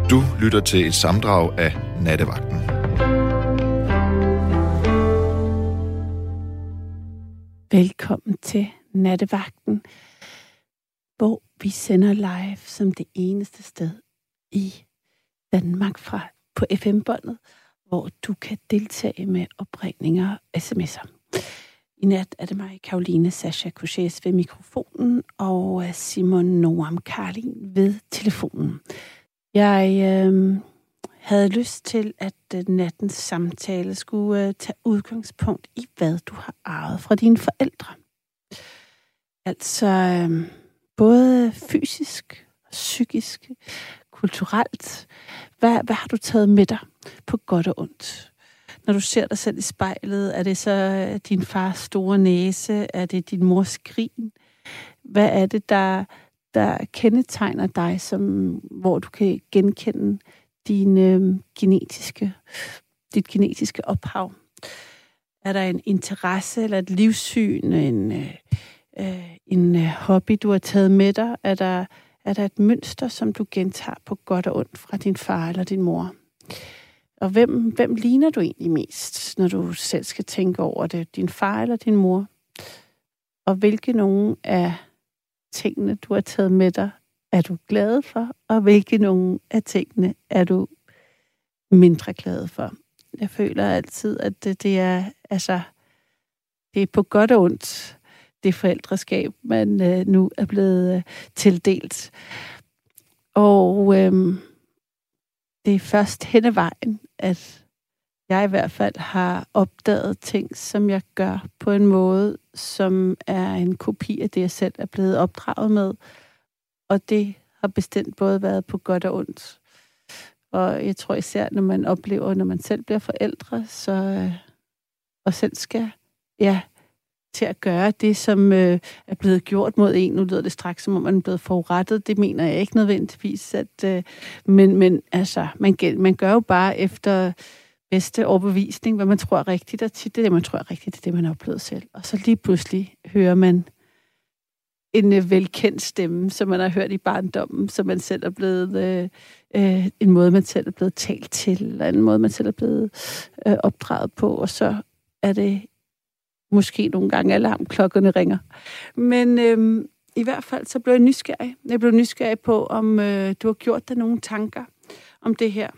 Du lytter til et sammendrag af Nattevagten. Velkommen til Nattevagten, hvor vi sender live som det eneste sted i Danmark fra på FM-båndet, hvor du kan deltage med opringninger og sms'er. I nat er det mig, Caroline Sascha Couchés ved mikrofonen, og Simon Noam Karlin ved telefonen. Jeg havde lyst til, at nattens samtale skulle tage udgangspunkt i, hvad du har arvet fra dine forældre. Altså både fysisk, psykisk, kulturelt. Hvad har du taget med dig på godt og ondt? Når du ser dig selv i spejlet, er det så din fars store næse? Er det din mors grin? Hvad er det, der kendetegner dig, hvor du kan genkende dit genetiske ophav? Er der en interesse eller et livssyn, en hobby, du har taget med dig? Er der et mønster, som du gentager på godt og ondt fra din far eller din mor? Og hvem ligner du egentlig mest, når du selv skal tænke over det? Din far eller din mor? Og hvilke nogle af tingene, du har taget med dig, er du glad for? Og hvilke nogle af tingene er du mindre glad for? Jeg føler altid, at det er på godt og ondt, det forældreskab, man nu er blevet tildelt. Og det er først hen ad vejen, at jeg i hvert fald har opdaget ting, som jeg gør på en måde, som er en kopi af det, jeg selv er blevet opdraget med. Og det har bestemt både været på godt og ondt. Og jeg tror især, når man oplever, når man selv bliver forældre, og selv skal til at gøre det, som er blevet gjort mod en. Nu lyder det straks, som om man er blevet forurettet. Det mener jeg ikke nødvendigvis. Men altså, man gør jo bare efter bedste overbevisning, hvad man tror er rigtigt. Og tit det man tror er rigtigt, det er det, man har oplevet selv. Og så lige pludselig hører man en velkendt stemme, som man har hørt i barndommen, som man selv er blevet en måde, man selv er blevet talt til, eller en måde, man selv er blevet opdraget på. Og så er det måske nogle gange alarmklokkerne ringer. Men i hvert fald så blev jeg nysgerrig. Jeg blev nysgerrig på, om du har gjort dig nogle tanker om det her.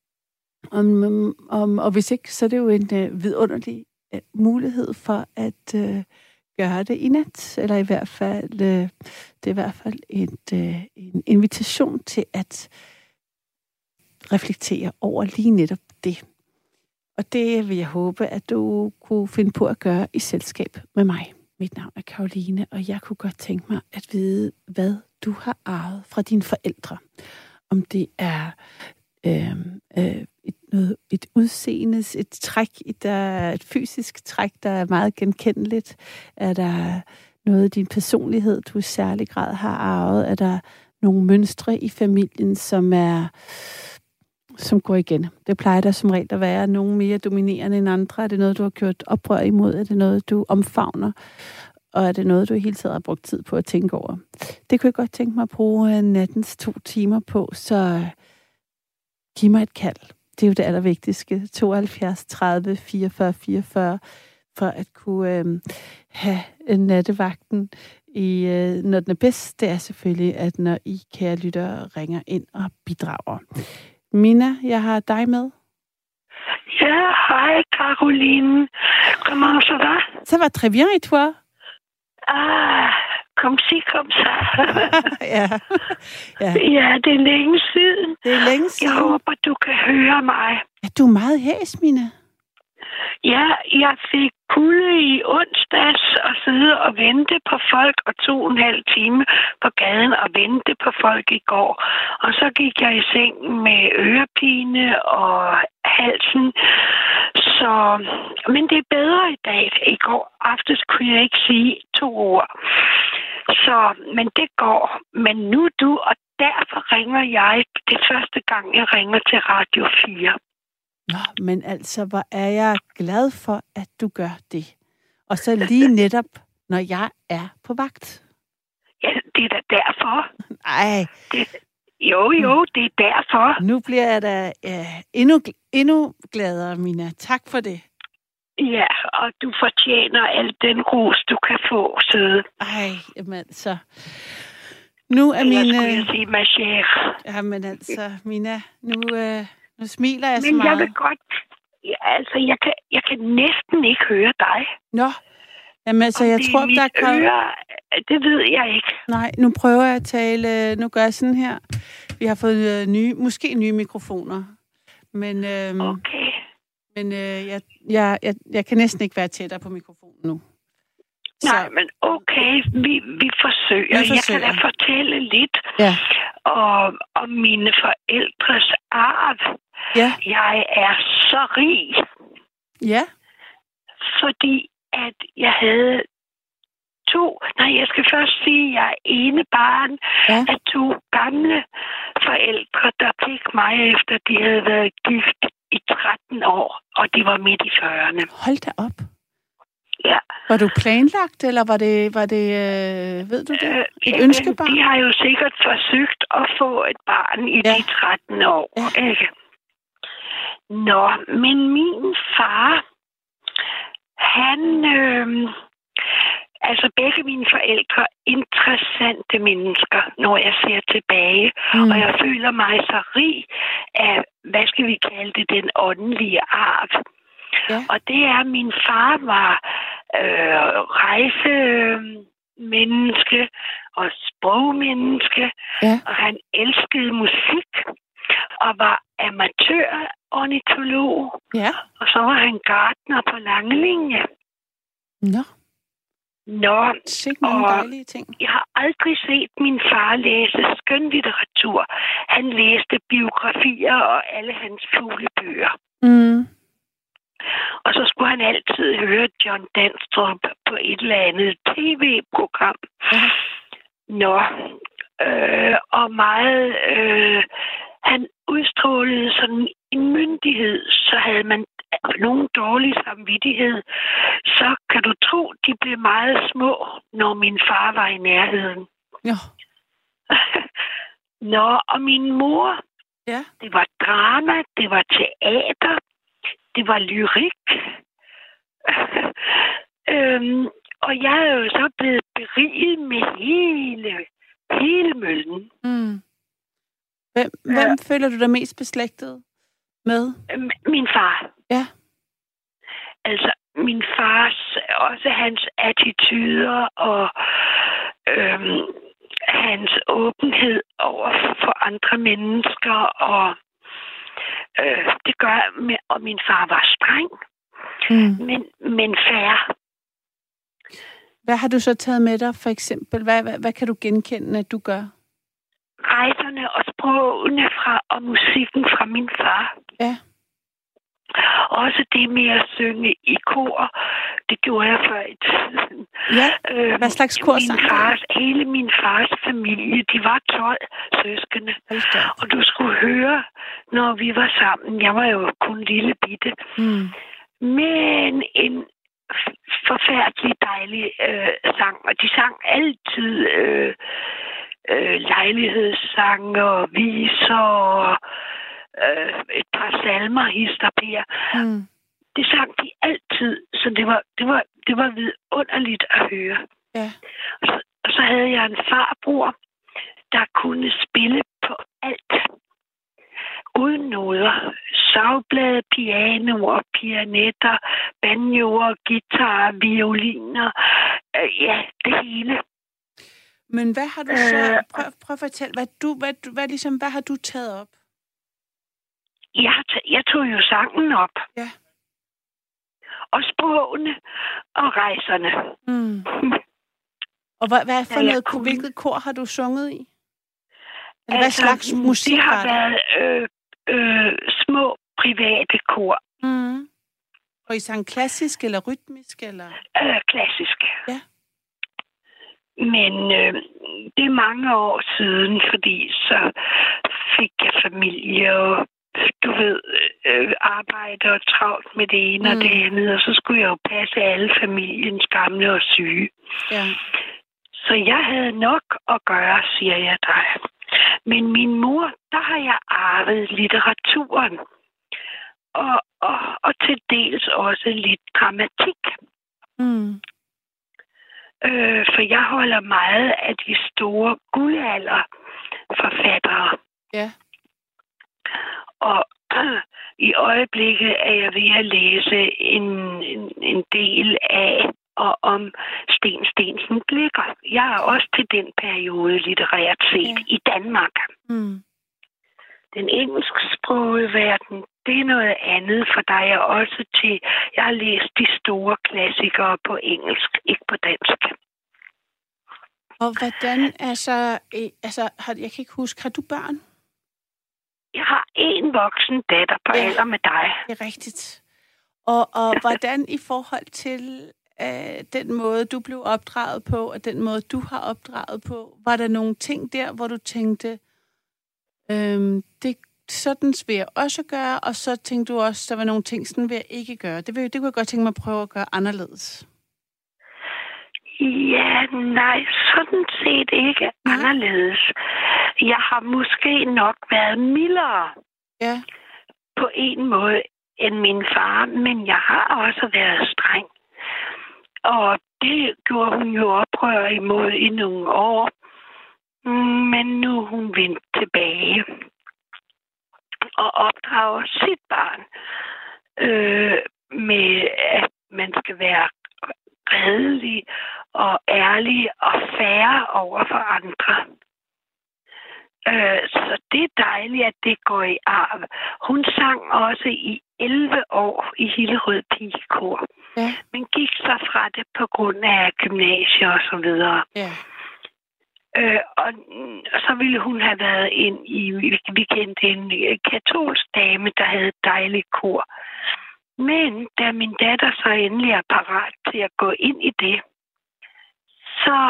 Og hvis ikke, så er det jo en vidunderlig mulighed for at gøre det i nat. Eller i hvert fald, det er i hvert fald en invitation til at reflektere over lige netop det. Og det vil jeg håbe, at du kunne finde på at gøre i selskab med mig. Mit navn er Caroline, og jeg kunne godt tænke mig at vide, hvad du har arvet fra dine forældre. Om det er et udseende, et træk, et fysisk træk, der er meget genkendeligt. Er der noget i din personlighed, du i særlig grad har arvet? Er der nogle mønstre i familien, som går igen? Det plejer der som regel at være nogle mere dominerende end andre. Er det noget, du har gjort oprør imod? Er det noget, du omfavner? Og er det noget, du hele tiden har brugt tid på at tænke over? Det kunne jeg godt tænke mig at bruge nattens 2 timer på, så giv mig et kald. Det er jo det allervigtigste. 72 30 44 44 for at kunne have nattevagten når den er bedst. Det er selvfølgelig, at når I, kære lyttere, ringer ind og bidrager. Mina, jeg har dig med. Ja, hej Caroline. Comment ça va? Ça va très bien, et toi? Kom så. Ja. Ja, det er længe siden. Det er længe siden. Jeg håber, du kan høre mig. Er du meget hæs, Mina? Ja, jeg fik kulde i onsdags og sidde og vente på folk, og 2,5 time på gaden og vente på folk i går. Og så gik jeg i seng med ørepine og halsen. Men det er bedre i dag. I går aftes kunne jeg ikke sige 2 ord. Men det går. Men nu er du, og derfor ringer jeg. Det første gang, jeg ringer til Radio 4. Nå, men altså, hvor er jeg glad for, at du gør det. Og så lige netop, når jeg er på vagt. Ja, det er da derfor. Ej. Jo, det er derfor. Nu bliver jeg da endnu gladere, Mina. Tak for det. Ja, og du fortjener al den ros, du kan få, søde. Ej, jamen så. Nu er Eller mine... skulle jeg sige, ma chère. Jamen altså, Mina, nu smiler jeg så Men meget. jeg vil godt... Ja, altså, jeg kan næsten ikke høre dig. Nå, jamen altså, jeg tror, der er kommet... Det ved jeg ikke. Nej, nu prøver jeg at tale... Nu gør jeg sådan her. Vi har fået måske nye mikrofoner. Men, Okay. Men jeg kan næsten ikke være tættere på mikrofonen nu. Nej, men okay, vi forsøger. Jeg kan da fortælle lidt om mine forældres arv. Ja. Jeg er så rig. Ja. Fordi at jeg havde jeg skal først sige, at jeg er ene barn af 2 gamle forældre, der fik mig efter, de havde været gift i 13 år, og de var midt i 40'erne. Hold da op. Ja. Var du planlagt, eller var det ved du det? Et ønskebarn? De har jo sikkert forsøgt at få et barn i de 13 år. Ja. Ikke? Nå, men min far, han... Altså begge mine forældre, interessante mennesker, når jeg ser tilbage. Og jeg føler mig så rig af, hvad skal vi kalde det, den åndelige arv. Ja. Og det er, at min far var rejsemenneske og sprogmenneske. Ja. Og han elskede musik og var amatør-ornitolog. Ja. Og så var han gartner på Langelinje. Nå. Nå, sikke nogle dejlige ting. Jeg har aldrig set min far læse skønlitteratur. Han læste biografier og alle hans fuglebøger. Og så skulle han altid høre John Danstrup på et eller andet tv-program. Nå, og meget... han udstrålede sådan en myndighed, så havde man nogen dårlig samvittighed, så kan du tro, de blev meget små, når min far var i nærheden. Ja. Nå, og min mor, det var drama, det var teater, det var lyrik. Og jeg er jo så blevet beriget med hele møllen. Hvem føler du dig mest beslægtet med? Min far. Ja. Altså, min fars, også hans attityder og hans åbenhed over for andre mennesker. Og det gør, og min far var streng, men fair. Hvad har du så taget med dig, for eksempel? Hvad kan du genkende, at du gør? Rejserne og sprogene og musikken fra min far. Ja. Også det med at synge i kor, det gjorde jeg før i tiden. Ja, hvad slags kor sang du? Hele min fars familie, de var 12 søskende. Og du skulle høre, når vi var sammen. Jeg var jo kun lille bitte. Men en forfærdelig dejlig sang. Og de sang altid lejlighedssange og viser og et par salmer, histerper. Det sang de altid, så det var vidunderligt at høre. Ja. Og så havde jeg en farbror, der kunne spille på alt. Uden noder. Savblade, pianoer, pianetter, banjoer, guitar, violiner. Ja, det hele. Men hvad har du så... Prøv at fortælle, hvad har du taget op? Jeg tog jo sangen op. Ja. Og sprogene og rejserne. Og hvad for noget, hvilket kor har du sunget i? Eller hvad slags musik det har været små private kor. Og I sang klassisk eller rytmisk? Eller? Klassisk. Ja. Men det er mange år siden, fordi så fik jeg familie og du ved, arbejde og travlt med det ene og det andet, og så skulle jeg jo passe alle familiens gamle og syge. Ja. Så jeg havde nok at gøre, siger jeg dig. Men min mor, der har jeg arvet litteraturen. Og til dels også lidt dramatik. Mm. For jeg holder meget af de store guldalderforfattere. Ja. Og i øjeblikket er jeg ved at læse en del af og om Sten Steensen Blicher. Jeg er også til den periode litterært set i Danmark. Mm. Den engelsksprogede verden, det er noget andet, for der er jeg også til. Jeg har læst de store klassikere på engelsk, ikke på dansk. Og hvordan, jeg kan ikke huske, har du børn? Jeg har en voksen datter på alder med dig. Det er rigtigt. Og hvordan i forhold til den måde, du blev opdraget på, og den måde, du har opdraget på, var der nogle ting der, hvor du tænkte, sådan vil jeg også gøre, og så tænkte du også, der var nogle ting, sådan vil jeg ikke gøre. Det kunne jeg godt tænke mig at prøve at gøre anderledes. Ja, nej, sådan set ikke anderledes. Jeg har måske nok været mildere på en måde end min far, men jeg har også været streng. Og det gjorde hun jo oprør imod i nogle år. Men nu er hun vendt tilbage og opdrager sit barn med, at man skal være redelig og ærlig og fair over for andre. Så det er dejligt, at det går i arv. Hun sang også i 11 år i Hillerød Pigekor, men gik så fra det på grund af gymnasier og så videre. Ja. Og så ville hun have været ind i, vi kendte en katolsk dame, der havde et dejligt kor. Men da min datter så endelig er parat til at gå ind i det, så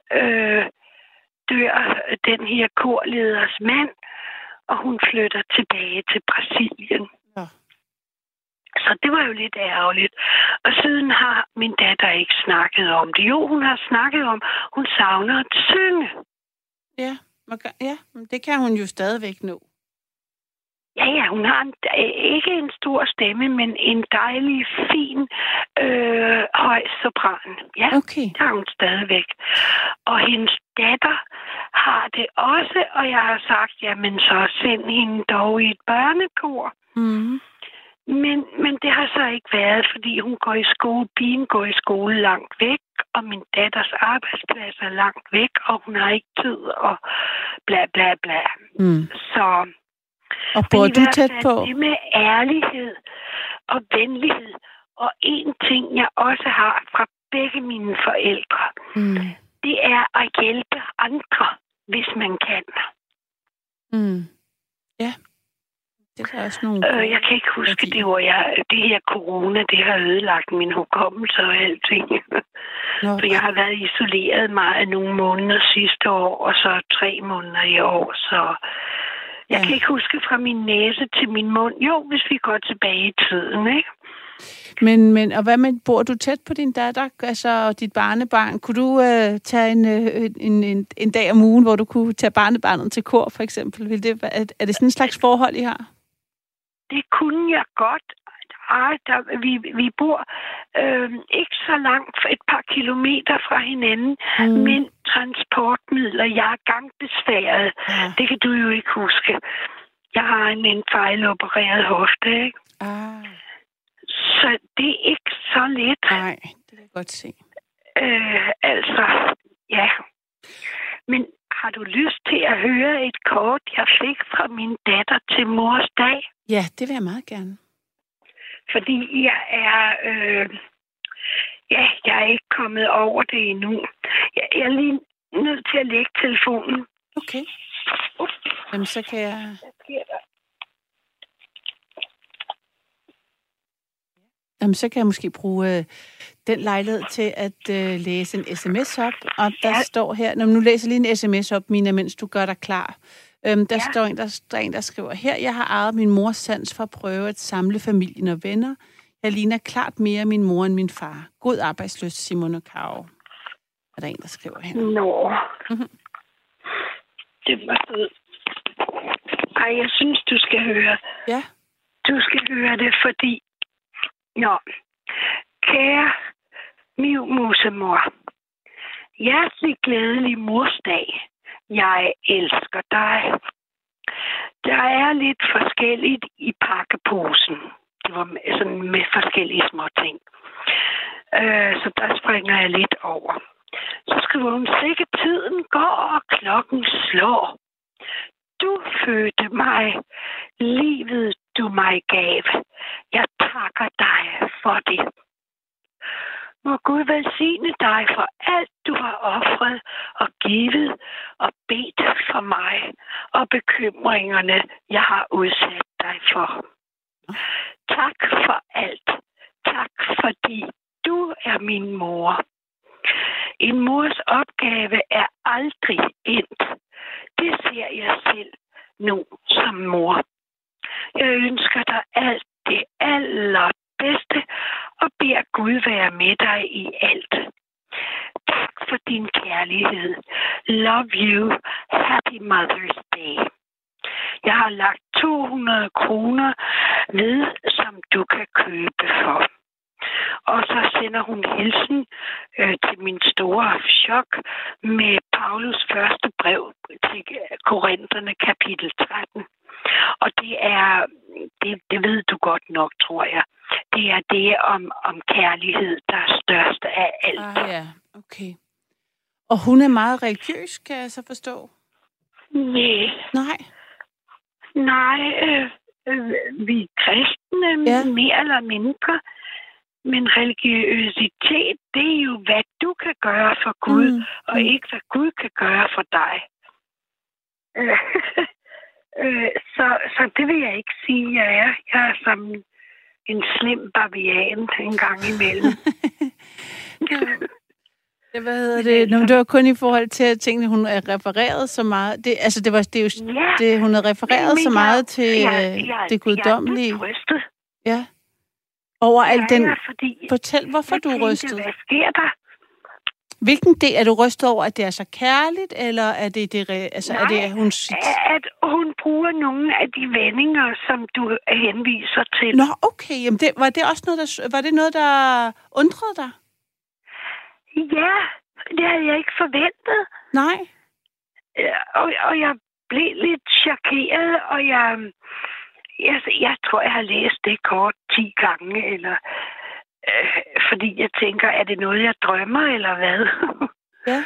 dør den her korleders mand, og hun flytter tilbage til Brasilien. Ja. Så det var jo lidt ærgerligt. Og siden har min datter ikke snakket om det. Jo, hun har snakket om, hun savner at synge. Ja, det kan hun jo stadigvæk nå. Ja, hun har ikke en stor stemme, men en dejlig, fin, høj sopran. Ja, okay. Det har hun stadigvæk. Og hendes datter har det også, og jeg har sagt, jamen så send hende dog i et børnekor. Mm. Men det har så ikke været, fordi hun går i skole, pigen går i skole langt væk, og min datters arbejdsplads er langt væk, og hun har ikke tid, og bla bla bla. Mm. Så... Og bor du tæt på? Det med ærlighed og venlighed. Og en ting, jeg også har fra begge mine forældre, det er at hjælpe andre, hvis man kan. Mm. Ja. Det er også nogle... Jeg kan ikke huske det ord. Det her corona, det har ødelagt min hukommelse og alting. For jeg har været isoleret meget nogle måneder sidste år, og så 3 måneder i år, så... Jeg kan ikke huske fra min næse til min mund. Jo, hvis vi går tilbage i tiden, ikke? Men og hvad med, bor du tæt på din datter, altså dit barnebarn? Kunne du tage en dag om ugen, hvor du kunne tage barnebarnet til kor, for eksempel? Er det sådan en slags forhold, I har? Det kunne jeg godt. Vi bor ikke så langt, et par kilometer fra hinanden, men transportmidler. Jeg er gangbesværet. Ja. Det kan du jo ikke huske. Jeg har en fejlopereret hofte, ikke? Så det er ikke så let. Nej, det kan jeg godt se. Ja. Men har du lyst til at høre et kort, jeg fik fra min datter til mors dag? Ja, det vil jeg meget gerne. Fordi jeg er ikke kommet over det endnu. Jeg er lige nødt til at lægge telefonen. Okay. Jamen, så kan jeg... Jamen, så kan jeg måske bruge den lejlighed til at læse en sms op. Og der står her... Nu læser jeg lige en sms op, Mina, mens du gør dig klar. Står en, der skriver her: Jeg har arvet min mors sans for at prøve at samle familien og venner. Jeg ligner klart mere min mor end min far. God arbejdsløs, Simon og Karo. Er der en, der skriver her? Nå. Det var sødt. Ej, jeg synes, du skal høre. Ja. Du skal høre det, fordi... Nå, kære musemor. Hjertelig glædelig morsdag. Jeg elsker dig. Der er lidt forskelligt i pakkeposen. Det var sådan med forskellige små ting. Så der springer jeg lidt over. Så skriver hun, sikke tiden går, og klokken slår. Du fødte mig. Livet du mig gav. Jeg takker dig for det. Må Gud velsigne dig for alt, du har ofret og givet og bedt for mig og bekymringerne, jeg har udsat dig for. Tak for alt. Tak fordi du er min mor. En mors opgave er aldrig endt. Det ser jeg selv nu som mor. Jeg ønsker dig alt det allerbedste og beder Gud være med dig i alt. Tak for din kærlighed. Love you. Happy Mother's Day. Jeg har lagt 200 kroner ved, som du kan købe for. Og så sender hun hilsen til min store chok med Paulus første brev til Korinterne kapitel 13. Og det ved du godt nok, tror jeg. Det er det om kærlighed, der er størst af alt. Ah ja, okay. Og hun er meget religiøs, kan jeg så forstå? Nej. Nej, vi er kristne, mere eller mindre. Men religiøsitet, det er jo, hvad du kan gøre for Gud, og ikke hvad Gud kan gøre for dig. Så det vil jeg ikke sige, jeg er. Jeg er som en slim bavian en gang imellem. Hvad hedder det? Nå, det var kun i forhold til, at tingene, hun er refereret så meget. Hun er refereret så meget til det guddommelige. Jeg er rystet. Ja. Over alt den... Fordi Fortæl, hvorfor du er rystet. Hvad sker der? Hvilken del er du rystet over? At det er så kærligt, eller er det altså, nej, er det, hun... at hun bruger nogle af de vendinger, som du henviser til. Nå, okay. Jamen, var det også noget, der undrede dig? Ja, det havde jeg ikke forventet. Nej. Og jeg blev lidt chokeret, og jeg tror, jeg har læst det kort 10 gange, eller fordi jeg tænker, er det noget, jeg drømmer, eller hvad? Ja.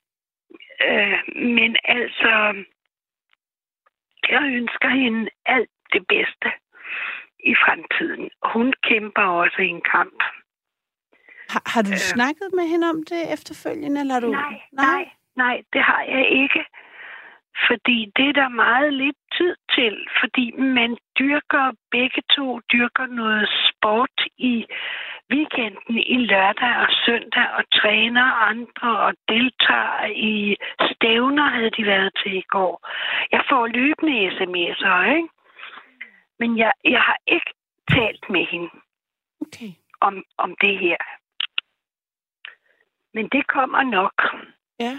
Men altså, jeg ønsker hende alt det bedste i fremtiden. Hun kæmper også i en kamp. Har du snakket med hende om det efterfølgende, eller har du... Nej, det har jeg ikke. Fordi det er der meget lidt tid til, fordi man begge to dyrker noget sport i weekenden, i lørdag og søndag, og træner andre og deltager i stævner, havde de været til i går. Jeg får løbende sms'er, ikke? Men jeg har ikke talt med hende om det her. Men det kommer nok. Ja.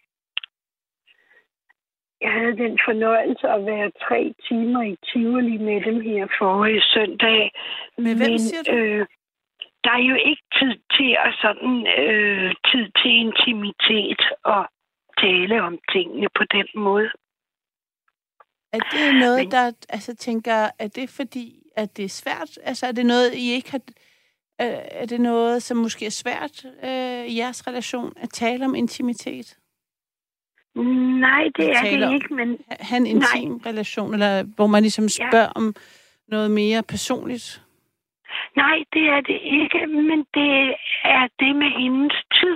Jeg havde den fornøjelse at være 3 timer i Tivoli med dem her forrige søndag. Med hvem siger du? Der er jo ikke tid til tid til intimitet og tale om tingene på den måde. Er det noget, er det fordi, at det er svært? Altså, er det noget, I ikke har... Er det noget, som måske er svært i jeres relation, at tale om intimitet? Nej, det er det ikke, men... Have en intim relation, eller hvor man ligesom spørger om noget mere personligt? Nej, det er det ikke, men det er det med hendes tid.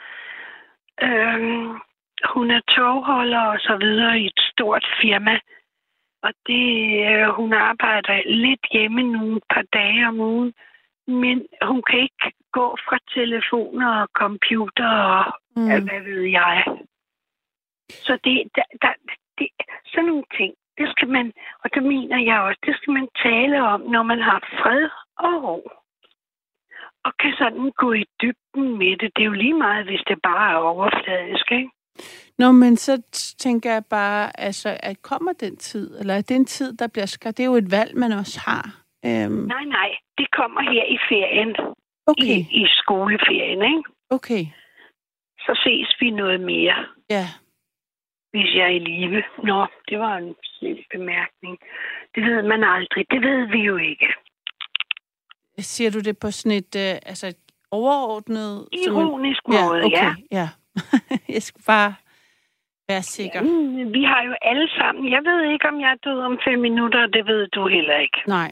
Hun er togholder og så videre i et stort firma, og hun arbejder lidt hjemme nu et par dage om ugen, men hun kan ikke gå fra telefoner og computer og hvad ved jeg. Så det sådan nogle ting, det skal man, og det mener jeg også, det skal man tale om, når man har fred og ro. Og kan sådan gå i dybden med det. Det er jo lige meget, hvis det bare er overfladisk, ikke? Nå, men så tænker jeg bare, altså, at kommer den tid, eller er den tid, der bliver skabt, det er jo et valg, man også har. Nej, det kommer her i ferien. Okay. I skoleferien, ikke? Okay. Så ses vi noget mere. Ja. Hvis jeg er i live. Nå, det var en lille bemærkning. Det ved man aldrig. Det ved vi jo ikke. Siger du det på sådan et, et overordnet... Ironisk måde, okay, ja. Jeg skal bare være sikker. Ja, vi har jo alle sammen... Jeg ved ikke, om jeg er død om 5 minutter, det ved du heller ikke. Nej.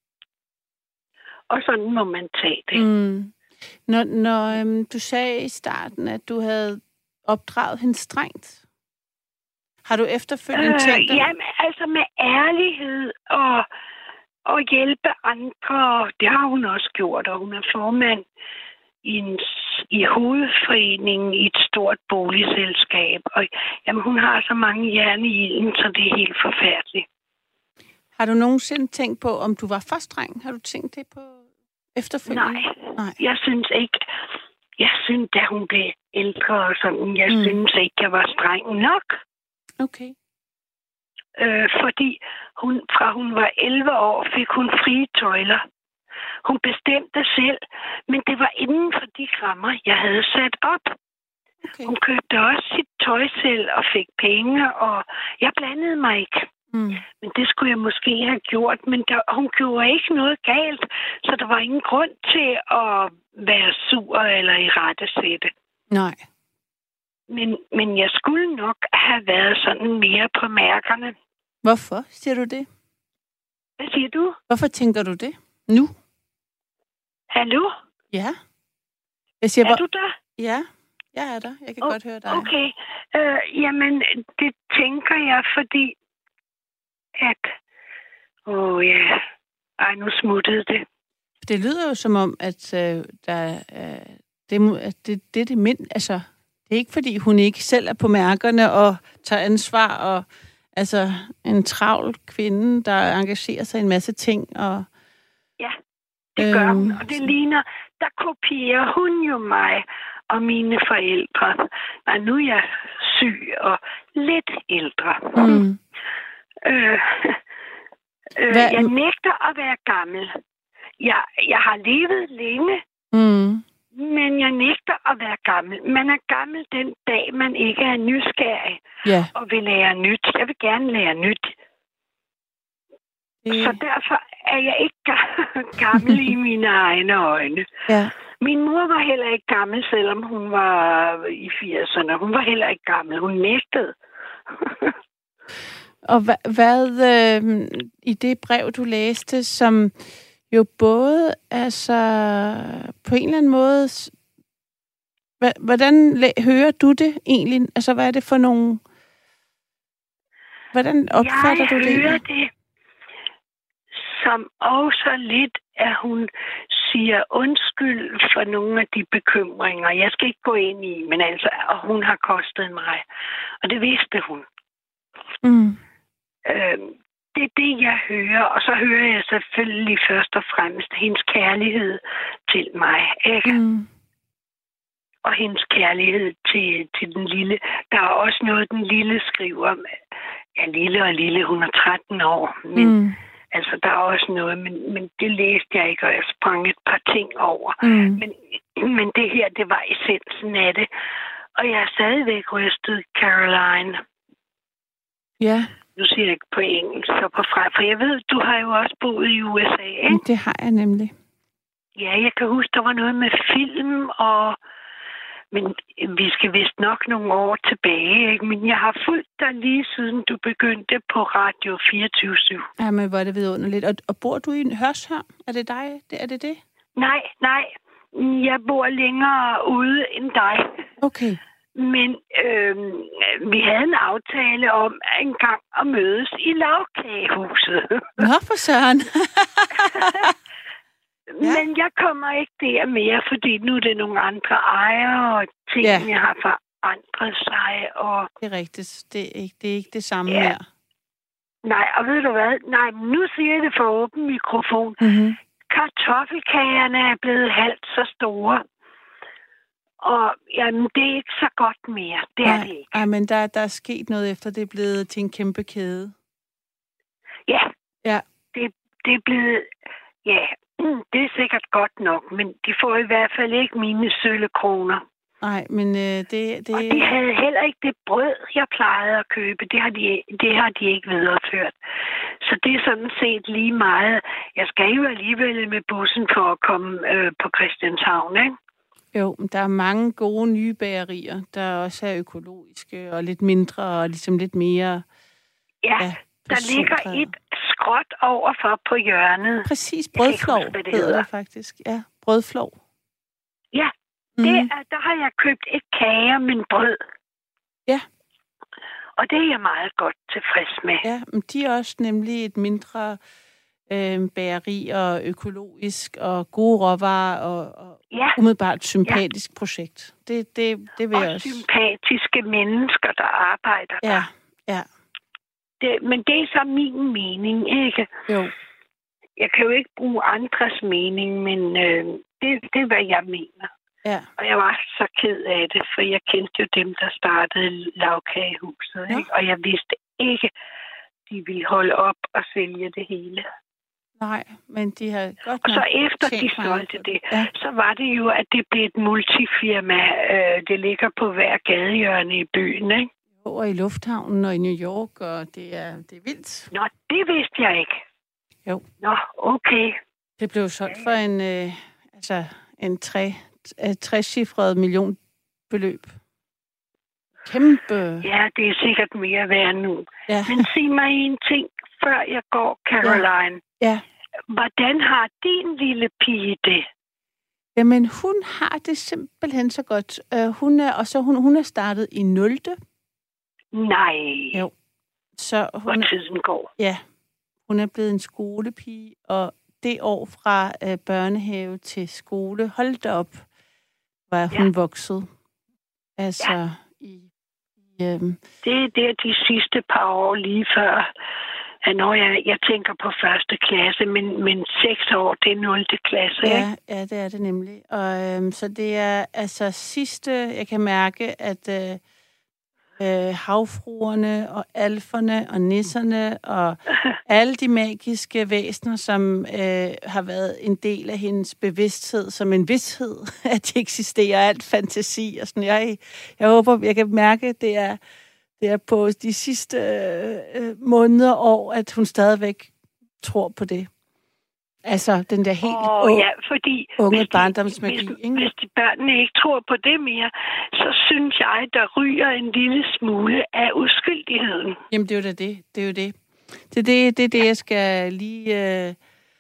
Og sådan må man tage det. Når du sagde i starten, at du havde opdraget hende strengt, har du efterfølgende tænkt dig? Jamen, altså med ærlighed og hjælpe andre. Det har hun også gjort, og hun er formand i hovedforeningen i et stort boligselskab. Og jamen, hun har så mange jern i ilden, så det er helt forfærdeligt. Har du nogensinde tænkt på, om du var for streng? Har du tænkt det på efterfølgende? Nej. Jeg synes ikke. Jeg synes, da hun blev ældre og sådan, jeg synes ikke, jeg var streng nok. Okay. Fordi fra hun var 11 år, fik hun frie tøjler. Hun bestemte selv, men det var inden for de rammer, jeg havde sat op. Okay. Hun købte også sit tøj selv og fik penge, og jeg blandede mig ikke. Men det skulle jeg måske have gjort, men hun gjorde ikke noget galt, så der var ingen grund til at være sur eller irettesætte. Nej. Men jeg skulle nok have været sådan mere på mærkerne. Hvorfor siger du det? Hvad siger du? Hvorfor tænker du det nu? Hallo? Ja. Jeg siger, er du der? Ja, jeg er der. Jeg kan godt høre dig. Okay. Jamen, det tænker jeg, fordi at... nu smuttede det. Det lyder jo som om, at det er mindst... Altså, det er ikke, fordi hun ikke selv er på mærkerne og tager ansvar, og altså en travl kvinde, der engagerer sig i en masse ting. Og, ja, det gør hun. Og det ligner, der kopierer hun jo mig og mine forældre. Og nu er jeg syg og lidt ældre. Jeg nægter at være gammel. Jeg har levet længe. Men jeg nægter at være gammel. Man er gammel den dag, man ikke er nysgerrig og vil lære nyt. Jeg vil gerne lære nyt. Så derfor er jeg ikke gammel i mine egne øjne. Ja. Min mor var heller ikke gammel, selvom hun var i 80'erne. Hun var heller ikke gammel. Hun nægtede. Og hvad i det brev, du læste, som... Jo, både, altså, på en eller anden måde, hvordan hører du det egentlig? Altså, hvad er det for nogle, hvordan opfatter du det? Jeg hører det som også lidt, at hun siger undskyld for nogle af de bekymringer. Jeg skal ikke gå ind i, men altså, og hun har kostet mig. Og det vidste hun. Det er det, jeg hører. Og så hører jeg selvfølgelig først og fremmest hendes kærlighed til mig. Ikke? Og hendes kærlighed til den lille. Der er også noget, den lille skriver. Ja, lille, hun er 13 år. Men altså, der er også noget, men det læste jeg ikke, og jeg sprang et par ting over. Men det her, det var essensen af det. Og jeg er stadigvæk rystet, Caroline. Ja. Nu siger jeg ikke på engelsk, så på fransk. For jeg ved, du har jo også boet i USA, ikke? Det har jeg nemlig. Ja, jeg kan huske, der var noget med film, men vi skal vist nok nogle år tilbage, ikke? Men jeg har fulgt dig lige siden du begyndte på Radio 24/7. Jamen, hvor er det vidunderligt. Og bor du i en Hørsholm? Er det dig? Er det det? Nej. Jeg bor længere ude end dig. Okay. Men vi havde en aftale om en gang at mødes i Lagkagehuset. Nå, for søren. Men jeg kommer ikke der mere, fordi nu er det nogle andre ejere, og tingene har forandret sig. Og... Det er rigtigt. Det er ikke det samme mere. Nej, og ved du hvad? Nej, nu siger jeg det for åben mikrofon. Kartoffelkagerne er blevet halvt så store. Og jamen, det er ikke så godt mere. Det er det ikke. Nej, men der er sket noget efter, det er blevet til en kæmpe kæde. Ja. Ja. Det er blevet... Ja, det er sikkert godt nok, men de får i hvert fald ikke mine sølvkroner. Nej, men det... Og de havde heller ikke det brød, jeg plejede at købe. Det har de ikke videreført. Så det er sådan set lige meget. Jeg skal jo alligevel med bussen for at komme på Christianshavn, ikke? Jo, der er mange gode nye bagerier, der også er økologiske og lidt mindre og ligesom lidt mere... Ja, der ligger et skråt overfor på hjørnet. Præcis, Brødflov hedder det faktisk. Ja, Brødflov. Ja, der har jeg købt et kager med brød. Ja. Og det er jeg meget godt tilfreds med. Ja, men de er også nemlig et mindre bageri og økologisk og gode råvarer og umiddelbart sympatisk projekt. Det vil jeg også. Sympatiske mennesker, der arbejder der. Ja. Men det er så min mening, ikke? Jo. Jeg kan jo ikke bruge andres mening, men det er, hvad jeg mener. Ja. Og jeg var så ked af det, for jeg kendte jo dem, der startede lavkagehuset, ikke? Og jeg vidste ikke, de ville holde op og sælge det hele. Nej, men de har godt og så efter de solgte det, så var det jo, at det blev et multifirma. Det ligger på hver gadehjørne i byen, ikke? Jo, og i lufthavnen og i New York, og det er vildt. Nå, det vidste jeg ikke. Jo. Nå, okay. Det blev solgt for en 60-cifret millionbeløb. Kæmpe. Ja, det er sikkert mere værd nu. Ja. Men sig mig en ting, før jeg går, Caroline. Ja. Hvordan har din lille pige det? Jamen, hun har det simpelthen så godt. Hun er startet i 0. Nej. Jo. Så hvor tiden går. Ja. Hun er blevet en skolepige, og det år fra børnehave til skole, hold da op, var hun vokset. Altså, Det er der de sidste par år lige før, når jeg tænker på første klasse, men 6 år, det er 0. klasse, ikke? Ja, det er det nemlig. Og så det er altså sidste, jeg kan mærke, at havfruerne og alferne og nisserne og alle de magiske væsener, som har været en del af hendes bevidsthed, som en vished, at de eksisterer, alt fantasi og sådan. Jeg håber, jeg kan mærke, det er på de sidste måneder og år, at hun stadigvæk tror på det. Altså, den der helt unge barndomsmagi. Hvis de børnene ikke tror på det mere, så synes jeg, der ryger en lille smule af uskyldigheden. Jamen, det er jo da det. Det er jo det. Det er det, jeg skal lige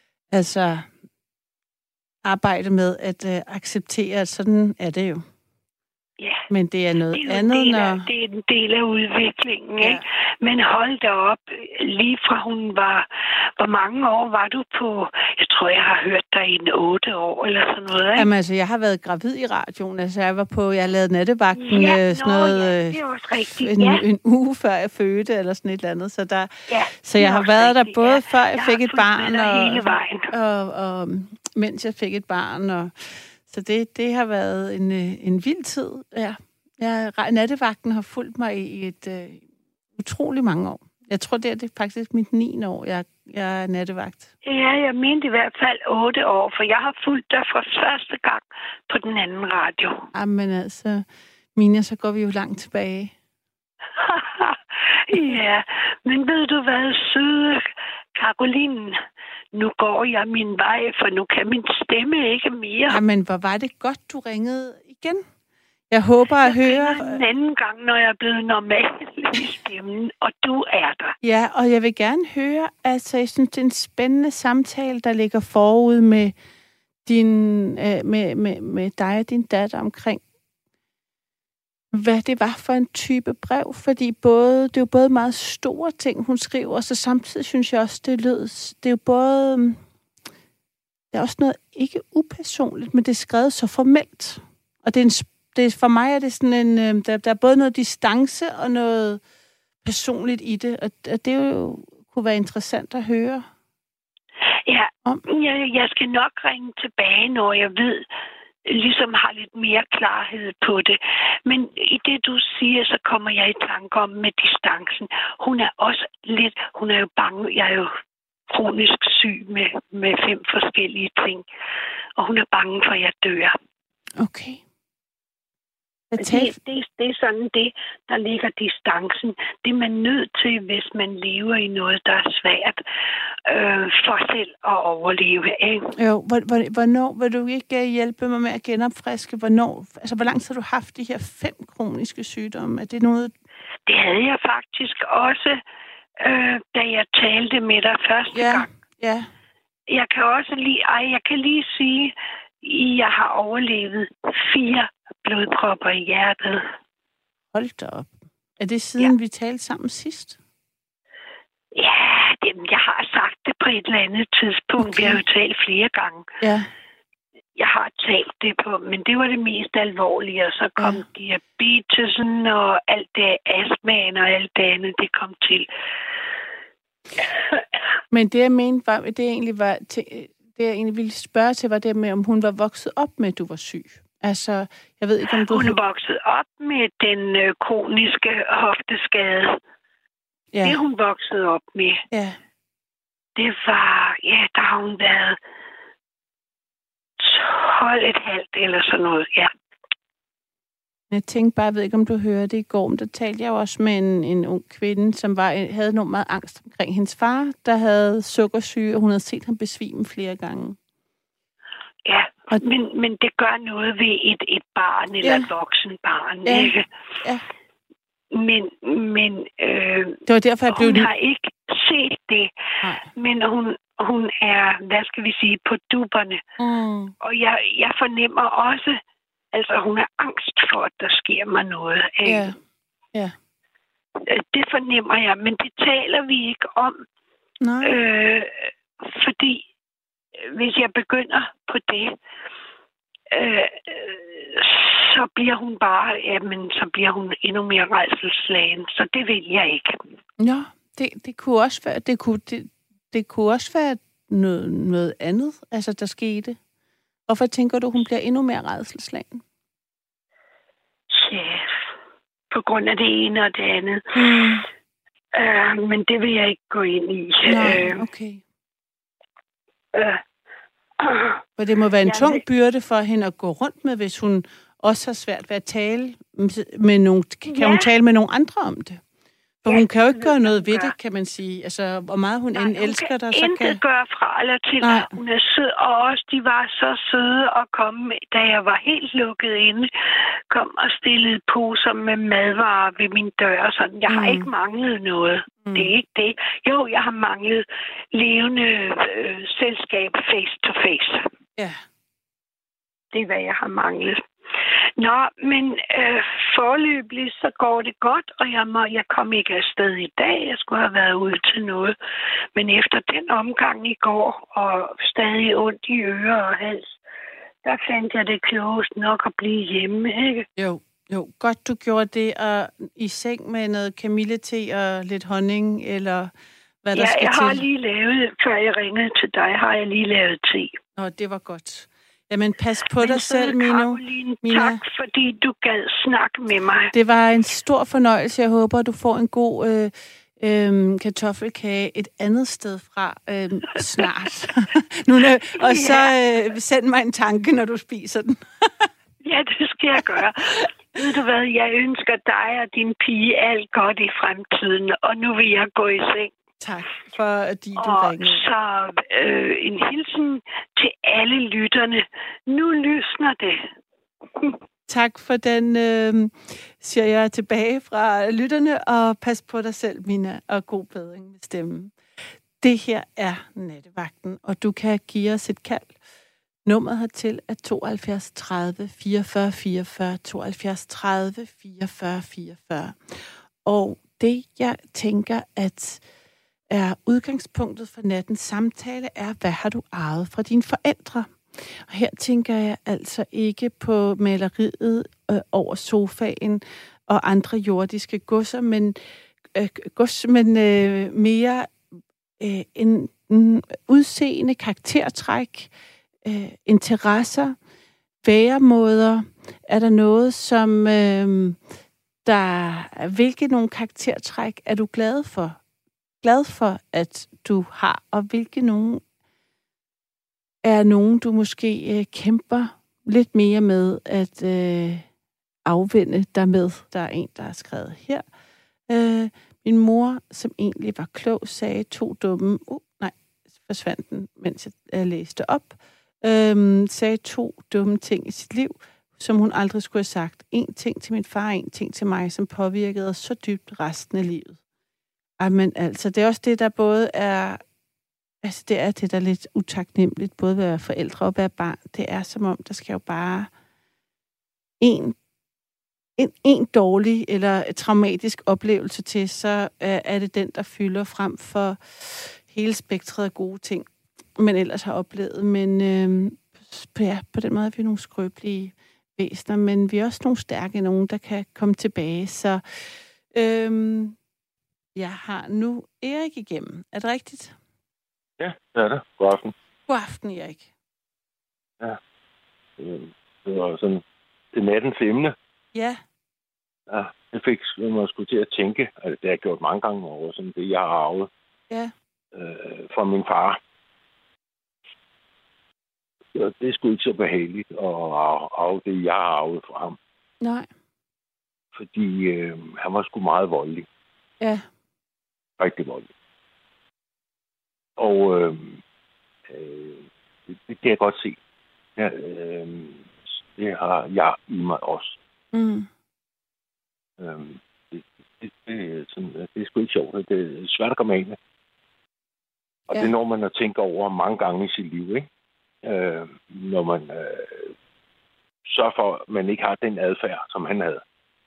arbejde med, at acceptere, at sådan er det jo. Ja. Men det er noget andet, det er en del af udviklingen, ikke? Men hold da op, lige fra hun var... Hvor mange år var du på... Jeg tror, jeg har hørt dig i 8 år, eller sådan noget, ikke? Jamen altså, jeg har været gravid i radioen. Altså, jeg lavede nattevagten det er også rigtigt. En uge før jeg fødte, eller sådan et eller andet. Så jeg har været der både før jeg fik et barn, og mens jeg fik et barn, og... Så det har været en vild tid, ja. Nattevagten har fulgt mig i et utrolig mange år. Jeg tror, det er faktisk mit 9. år, jeg er nattevagt. Ja, jeg mente i hvert fald 8 år, for jeg har fulgt dig fra første gang på den anden radio. Jamen altså, Mina, så går vi jo langt tilbage. Ja, men ved du hvad, søde Caroline? Nu går jeg min vej, for nu kan min stemme ikke mere. Jamen, hvor var det godt, du ringede igen. Jeg håber at høre... en anden gang, når jeg er blevet normal i stemmen, og du er der. Ja, og jeg vil gerne høre, altså jeg synes, det er en spændende samtale, der ligger forud med med dig og din datter omkring, hvad det var for en type brev, fordi det er jo både meget store ting, hun skriver, og så samtidig synes jeg også, det er jo både, der er også noget ikke upersonligt, men det er skrevet så formelt. Og for mig er det sådan en, der er både noget distance og noget personligt i det, og det jo kunne være interessant at høre. Ja, jeg skal nok ringe tilbage, når jeg ved, ligesom har lidt mere klarhed på det. Men i det, du siger, så kommer jeg i tanke om med distancen. Hun er også lidt, hun er jo bange, jeg er jo kronisk syg med 5 forskellige ting, og hun er bange for, at jeg dør. Okay. Det er sådan det, der ligger distancen. Det er man nødt til, hvis man lever i noget, der er svært for selv at overleve. Ikke? Jo, hvornår vil du ikke hjælpe mig med at genopfriske? Hvor lang tid har du haft de her 5 kroniske sygdomme? Er det noget? Det havde jeg faktisk også, da jeg talte med dig første gang. Ja. Jeg kan lige sige, at jeg har overlevet 4 blodpropper i hjertet. Hold da op. Er det siden vi talte sammen sidst? Ja, jeg har sagt det på et eller andet tidspunkt. Okay. Vi har jo talt flere gange. Ja. Jeg har talt det på, men det var det mest alvorlige, og så kom diabetesen og alt det, astmaen og alt det andet, det kom til. Men det, jeg mente, var, det jeg egentlig ville spørge til, var det med, om hun var vokset op med, at du var syg. Altså, jeg ved ikke, om du... Hun er vokset op med den kroniske hofteskade. Ja. Det, hun voksede op med. Ja. Det var... Ja, der har hun været 12,5 eller sådan noget, ja. Jeg tænkte bare, jeg ved ikke, om du hørte det i går, men der talte jeg også med en ung kvinde, som havde noget meget angst omkring hendes far, der havde sukkersyge, og hun havde set ham besvime flere gange. Ja, men det gør noget ved et barn eller et voksen barn, ikke? Ja. Men det var derfor, jeg blev... Hun har ikke set det, men hun er, hvad skal vi sige, på dupperne. Mm. Og jeg fornemmer også, altså hun er angst for, at der sker mig noget. Ja. Ja. Det fornemmer jeg, men det taler vi ikke om. Nej. Fordi hvis jeg begynder på det, så bliver hun bare, så bliver hun endnu mere rædselsslagen. Så det vil jeg ikke. Nå, det kunne også være, det kunne også være noget andet, altså der skete. Hvorfor tænker du, hun bliver endnu mere rædselsslagen? Ja, på grund af det ene og det andet. Men det vil jeg ikke gå ind i. Nej, okay. For det må være en tung byrde for hende at gå rundt med, hvis hun også har svært ved at tale med nogen. Kan hun tale med nogen andre om det? For hun kan jo ikke gøre noget ved det, kan man sige. Altså, hvor meget hun end elsker dig, så kan... intet gøre fra eller til. Nej. Hun er sød, og også de var så søde at komme, da jeg var helt lukket inde, kom og stillede poser med madvarer ved min dør og sådan. Jeg har ikke manglet noget. Det er ikke det. Jo, jeg har manglet levende selskab face to face. Ja. Det er, hvad jeg har manglet. Nå, men forløbig så går det godt, og jeg kom ikke afsted i dag. Jeg skulle have været ude til noget. Men efter den omgang i går, og stadig ondt i ører og hals, der fandt jeg det klogest nok at blive hjemme, ikke? Jo. Godt, du gjorde det, og i seng med noget kamillete og lidt honning, eller hvad der skal til. Ja, jeg har lige lavet, før jeg ringede til dig, har jeg lige lavet te. Nå, det var godt. Jamen, pas på dig selv, Mina. Tak, fordi du gad snakke med mig. Det var en stor fornøjelse. Jeg håber, du får en god kartoffelkage et andet sted fra snart. Og så send mig en tanke, når du spiser den. Ja, det skal jeg gøre. Ved du hvad, jeg ønsker dig og din pige alt godt i fremtiden, og nu vil jeg gå i seng. Tak, fordi du ringede. Og så en hilsen til alle lytterne. Nu lysner det. Tak for den, siger jeg tilbage fra lytterne, og pas på dig selv, Mina, og god bedring med stemmen. Det her er Nattevagten, og du kan give os et kald. Nummeret hertil er 72 30 44 44, 72 30 44 44. Og det, jeg tænker, at er udgangspunktet for nattens samtale, er, hvad har du arvet fra dine forældre? Og her tænker jeg altså ikke på maleriet over sofaen og andre jordiske godser, men mere en udseende karaktertræk, interesser, væremåder? Er der noget, som hvilke nogle karaktertræk er du glad for, at du har, og hvilke nogle er nogen, du måske kæmper lidt mere med at afvende dig med? Der er en, der har skrevet her. Min mor, som egentlig var klog, sagde 2 dumme... forsvandt den, mens jeg læste op. Sagde 2 dumme ting i sit liv, som hun aldrig skulle have sagt. En ting til min far, en ting til mig, som påvirkede os så dybt resten af livet. Men altså, det er også det, der både er... Altså, det er det, der er lidt utaknemmeligt, både at være forældre og være barn. Det er som om, der skal jo bare en dårlig eller traumatisk oplevelse til, så er det den, der fylder frem for hele spektret af gode ting, man ellers har oplevet. Men på den måde er vi nogle skrøbelige væsener, men vi er også nogle stærke nogen, der kan komme tilbage. Så jeg har nu Erik igennem. Er det rigtigt? Ja, det er det. God aften. God aften, Erik. Ja. Det var sådan det nattens emne. Ja. Ja, det fik mig sgu til at tænke, at det har jeg gjort mange gange over, sådan det, jeg har arvet fra min far. Så det er sgu ikke så behageligt at arve det, jeg har arvet fra ham. Nej. Fordi han var sgu meget voldelig. Ja. Rigtig voldelig. Og det kan jeg godt se. Ja, det har jeg i mig også. Mm. Det er sgu ikke sjovt. Det er svært at komme af med. Og det er når man har tænkt over mange gange i sit liv, ikke? Når man sørger for, at man ikke har den adfærd, som han havde.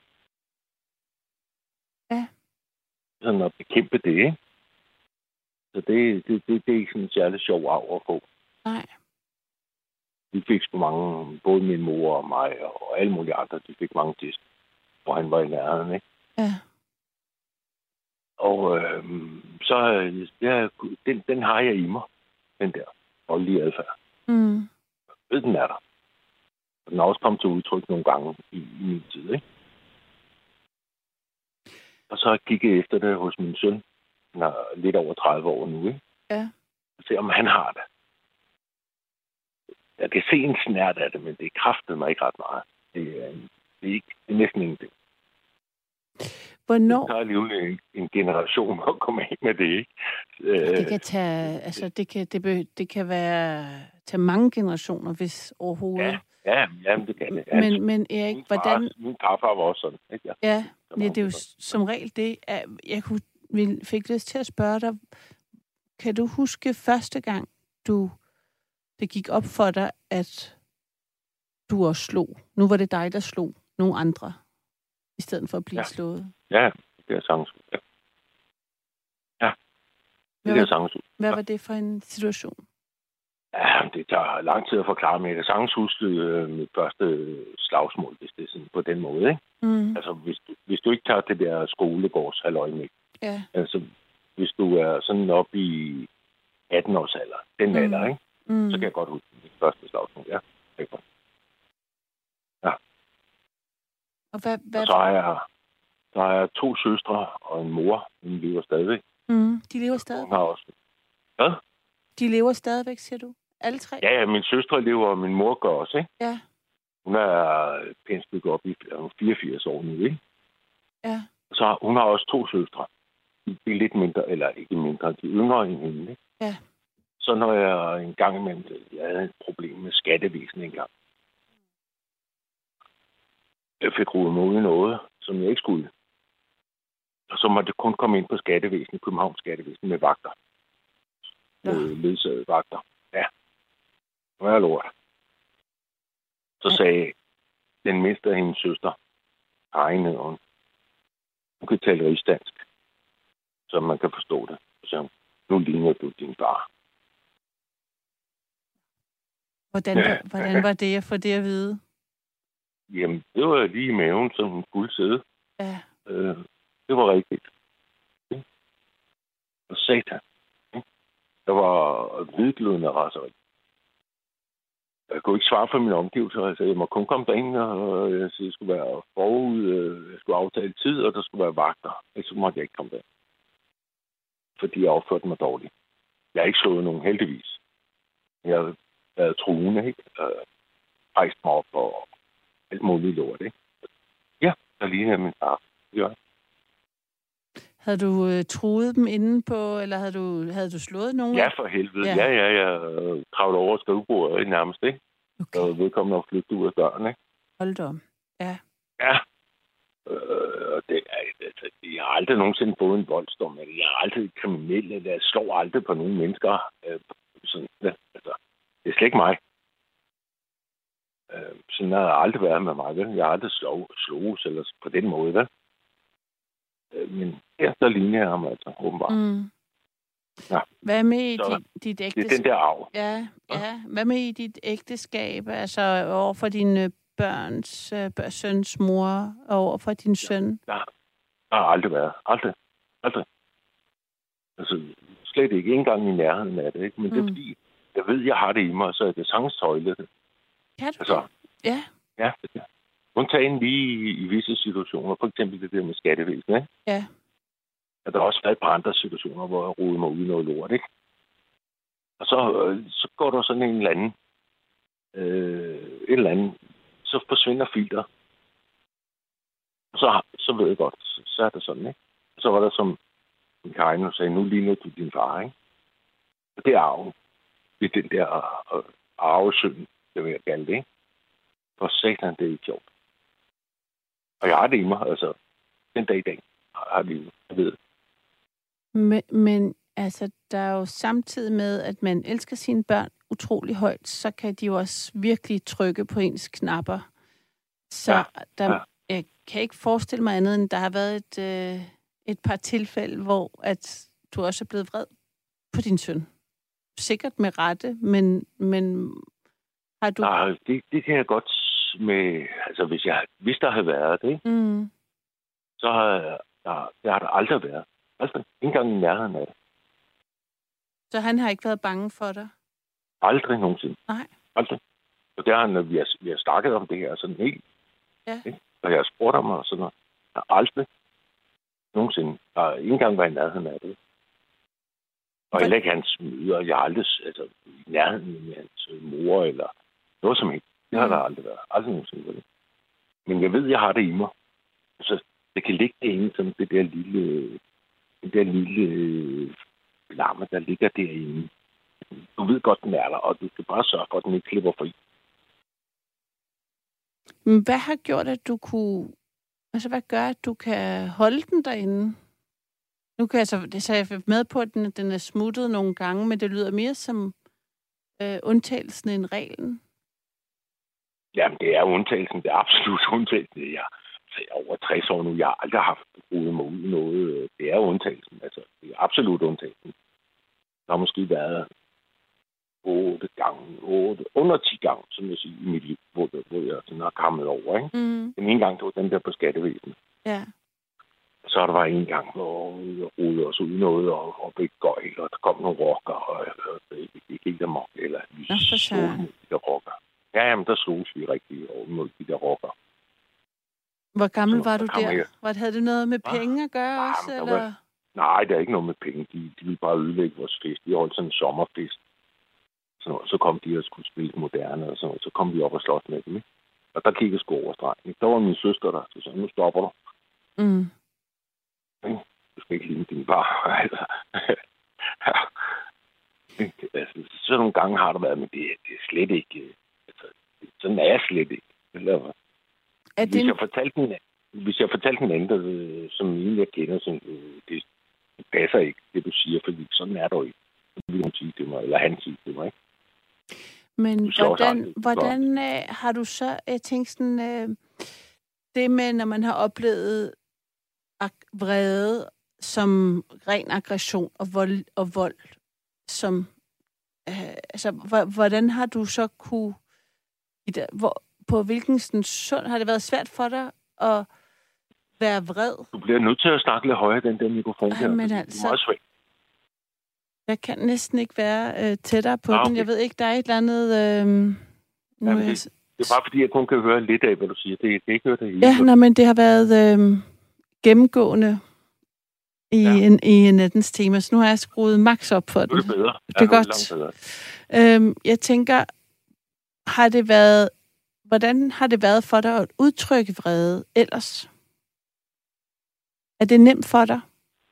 Ja. Sådan at bekæmpe det, ikke? Så det er ikke sådan en særlig sjov arv at få. Nej. Vi fik sgu mange, både min mor og mig og alle mulige andre, de fik mange tæsk, hvor han var i nærheden, ikke? Ja. Og så den har jeg i mig, den der voldelige adfærd. Mm. Jeg ved, den er der. Den har også kommet til udtryk nogle gange i min tid, ikke? Og så gik jeg efter det hos min søn. Han er lidt over 30 år nu, ikke? Ja. Og se, om han har det. Jeg kan se en snært af det, men det kræftede mig ikke ret meget. Det er næsten ingenting. Hvornår? Det tager alligevel en generation at komme af med det, ikke? Det kan tage, altså det kan være tage mange generationer, hvis overhovedet. Ja, det kan det. Men Erik, hvordan... Min farfar var også sådan, ikke? Ja, det er jo som regel det. Jeg fik lyst til at spørge dig, kan du huske første gang, det gik op for dig, at du også slog? Nu var det dig, der slog nogle andre, i stedet for at blive slået. Ja, det er sagtens. Ja. Det er sagtens. Hvad var det for en situation? Ja, det tager lang tid at forklare, men jeg kan sagtens huske mit første slagsmål, hvis det er sådan på den måde, ikke? Mm. Altså, hvis du ikke tager det der skolegårdshalløj med, altså, hvis du er sådan oppe i 18-års alder, den alder, ikke? Så kan jeg godt huske mit første slagsmål, ja. Ja. Og hvad? Og så har jeg 2 søstre og en mor, som lever stadigvæk. De lever stadigvæk? Hun har også... Hvad? De lever stadigvæk, siger du? Alle 3? Ja, min søstre lever, og min mor gør også, ikke? Ja. Hun er pænt stykke op i 84 år nu, ikke? Ja. Så hun har også 2 søstre. De er lidt mindre, eller ikke mindre, de er yngre end hende, ikke? Ja. Så når jeg en gang imellem, jeg havde et problem med skattevæsen engang. Jeg fik rodet mig ud i noget, som jeg ikke skulle. Og så måtte det kun komme ind på skattevæsen, Københavns skattevæsen, med vagter. Ledsagede vagter. Ja. Nu er jeg lort. Så sagde den mindste af hendes søster, Ejnederen, hun kan tale rigsdansk, så man kan forstå det. Så nu ligner du din far. Hvordan var det at få det at vide? Jamen, det var lige i maven, som hun skulle sidde. Ja. Det var rigtigt. Og satan. Der var hvidglødende raseri. Jeg kunne ikke svare for mine omgivelser. Altså, jeg må kun komme derind, og jeg skulle være forud, jeg skulle aftale tid, og der skulle være vagter. Ellers måtte jeg ikke komme der. Fordi jeg opførte mig dårligt. Jeg har ikke slået nogen, heldigvis. Jeg har været truende, ikke? Rejst mig op og alt muligt lort, ikke? Ja, der lignede min far. Ja. Havde du truet dem inde på, eller havde du slået nogen? Ja, for helvede. Ja, jeg kravlede over skrivebordet nærmest, ikke? Okay. Og vedkommende at flytte ud af døren, ikke? Hold da om. Ja. Ja. Jeg har aldrig nogensinde fået en voldsdom. Jeg er aldrig kriminel, eller jeg slår aldrig på nogen mennesker. Sådan, altså, det er slet ikke mig. Sådan har jeg aldrig været med mig, vel? Jeg har aldrig slået eller på den måde, vel? Men ja, der ligner jeg ham altså, åbenbart. Mm. Ja. Hvad med dit ægteskab? Det er den der arv. Ja. Hvad med i dit ægteskab? Altså over for din søns mor, og over for din søn? Der har aldrig været. Aldrig. Altså, slet ikke engang i nærheden af det, ikke? Men det er fordi, jeg ved, jeg har det i mig, så jeg kan sagtens tøjle det. Kan du altså, Ja. Ja, det er. Undtagen lige i visse situationer, for eksempel det der med skattevæsen, ikke? Ja. Der har også været et par andre situationer, hvor jeg rodede mig ud i noget lort, ikke? Og så går der sådan en eller anden, så forsvinder filter. Og så ved jeg godt, så er det sådan, ikke? Og så var der som Karin sagde, nu ligner du din far, ikke? Og det er arven. Det er den der arvesynd, det vil jeg kalde det, ikke? For satan, det er ikke sjovt. Og jeg har det i mig, altså, den dag i dag har det i mig, jeg ved det. Men altså, der er jo samtidig med, at man elsker sine børn utrolig højt, så kan de jo også virkelig trykke på ens knapper. Så jeg kan ikke forestille mig andet, end der har været et par tilfælde, hvor at du også er blevet vred på din søn. Sikkert med rette, men har du... Nej, det kan jeg godt med... Altså, hvis der havde været det, så har der aldrig været. Aldrig. Ikke engang i nærheden af det. Så han har ikke været bange for dig? Aldrig nogensinde. Nej. Aldrig. Og der har vi har snakket om det her sådan helt. Ja. Ikke? Og jeg har spurgt ham og sådan noget. Jeg har aldrig nogensinde. Jeg har ikke engang været i nærheden af det. Og heller ikke hans møder. Jeg har aldrig i nærheden med hans mor eller noget som helst. Det har der aldrig været. Aldrig nogensinde. Men jeg ved, jeg har det i mig. Altså, det kan ligge derinde som det der lille flamme, der ligger derinde. Du ved godt, den er der, og du skal bare sørge for, at den ikke slipper fri. Men hvad har gjort, at du kunne... Altså, hvad gør, at du kan holde den derinde? Nu kan jeg med på, at den er smuttet nogle gange, men det lyder mere som undtagelsen end reglen. Jamen, det er undtagelsen. Det er absolut undtagelsen. Jeg er over 60 år nu. Jeg har aldrig haft brugt mig ud i noget. Det er undtagelsen. Altså, det er absolut undtagelsen. Der har måske været under 10 gange, som jeg siger, i mit liv, hvor jeg sådan har kammet over, ikke? Mm. Den ene gang, det var den der på skattevæsenet. Ja. Så har der været en gang, hvor jeg rodede os ud i noget, og begge gøjl, og der kom nogle rocker, og det gik ikke amok, eller vi slog mod de der rocker. Ja, jamen, der slogs vi rigtig over mod de der rocker. Hvor gammel var du der? Havde det noget med penge at gøre også, eller? Nej, det er ikke noget med penge. De ville bare ødelægge vores fest. De holdt sådan en sommerfest. Så kom de og skulle spille moderne, og så kom vi op og slås med dem. Ikke? Og der kiggede sgu over stregen. Der var min søster der, så nu stopper du. Mm. Du skal ikke ligne din far. Altså, så nogle gange har der været, men det er slet ikke... Altså, sådan er jeg slet ikke. Eller, hvis jeg fortalte en anden, som ingen jeg kender, som, det passer ikke, det du siger, fordi sådan er der ikke. Så vil hun sige det mig, eller han sige det mig, ikke? Men hvordan har du så, jeg tænker sådan, det med, når man har oplevet vrede som ren aggression og vold som, altså, hvordan har du så kunne, på hvilken sund har det været svært for dig at være vred? Du bliver nødt til at snakke lidt højere, den der mikrofon her. Men altså, jeg kan næsten ikke være tættere på den. Jeg ved ikke, der er et eller andet... Jamen, det er bare fordi, jeg kun kan høre lidt af, hvad du siger. Det kan ikke høre det hele. Ja, men det har været gennemgående i nattens tema, så nu har jeg skruet max op for den. Nu er det bedre. Det er godt. Jeg tænker, hvordan har det været for dig at udtrykke vrede ellers? Er det nemt for dig?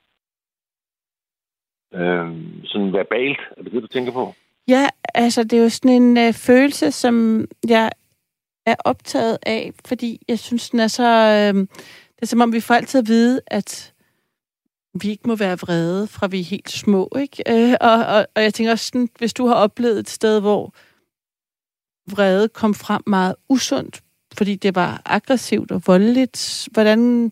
Sådan verbalt, er det, du tænker på? Ja, altså det er jo sådan en følelse, som jeg er optaget af, fordi jeg synes, den er så... det er som om, vi får altid at vide, at vi ikke må være vrede, fra vi er helt små, ikke? Og jeg tænker også sådan, hvis du har oplevet et sted, hvor vrede kom frem meget usundt, fordi det var aggressivt og voldeligt, hvordan...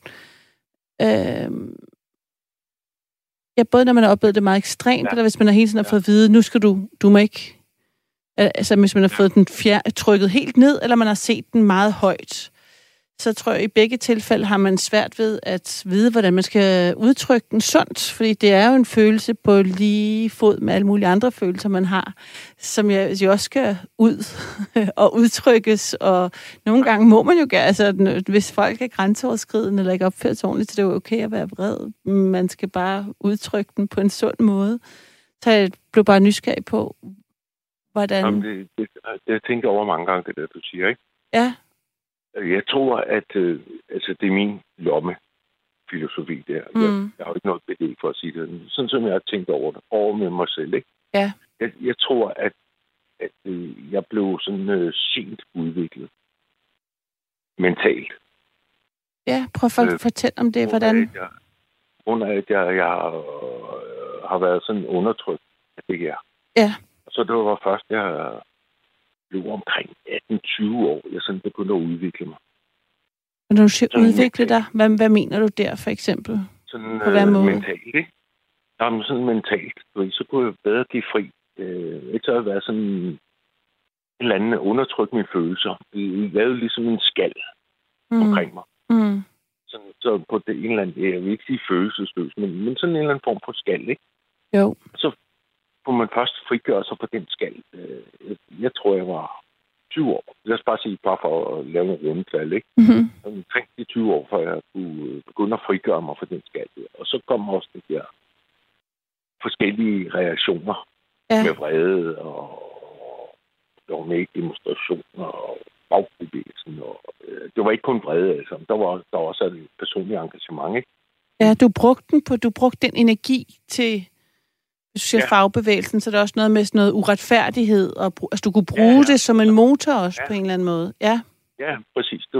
både når man har oplevet det meget ekstremt, eller hvis man har hele tiden fået at vide, nu skal du må ikke... Altså hvis man har fået den trykket helt ned, eller man har set den meget højt, så tror jeg, i begge tilfælde har man svært ved at vide, hvordan man skal udtrykke den sundt, fordi det er jo en følelse på lige fod med alle mulige andre følelser, man har, som jo også skal ud og udtrykkes, og nogle gange må man jo gøre, altså hvis folk er grænseoverskridende eller ikke opfører sig ordentligt, så det er jo okay at være vred. Man skal bare udtrykke den på en sund måde. Så jeg blev bare nysgerrig på, hvordan... Jamen, det tænker over mange gange, det der, du siger, ikke? Ja. Jeg tror, at det er min lommefilosofi der. Jeg har jo ikke noget belæg for at sige det. Sådan som jeg har tænkt over med mig selv, ikke? Ja. Jeg tror, at jeg blev sådan sent udviklet. Mentalt. Ja, prøv at fortælle om det. Hvordan? Under at jeg har været sådan undertrykt af det her. Ja. Og så det var først, jeg blev omkring 18-20 år, jeg sådan begyndte at udvikle mig. Og når du siger udvikle dig, hvad mener du der for eksempel? Sådan på hvad måde? Mentalt, ikke? Jamen sådan mentalt. Så kunne jeg bedre give fri. Ikke så at være sådan en eller anden undertrykke mine følelser. Jeg lavede ligesom en skal omkring mig. Mm. Så på det en eller anden, jeg vil ikke sige følelsesløs, men sådan en eller anden form for skal, ikke? Jo. Så kunne man først frigøre sig på den skal. Jeg tror, jeg var 20 år. Lad os bare sige, bare for at lave en rundetal, ikke? Mm-hmm. Omkring de 20 år, før jeg kunne begynde at frigøre mig fra den skal. Og så kom også de der forskellige reaktioner med vrede, og der var med demonstrationer, og bagbevægelsen. Og, det var ikke kun vrede, altså. Der var også et personligt engagement, ikke? Ja, du brugte den energi til... Hvis du siger fagbevægelsen, så er der også noget med sådan noget uretfærdighed, og altså du kunne bruge det som en motor også på en eller anden måde. Ja. Ja, præcis. Det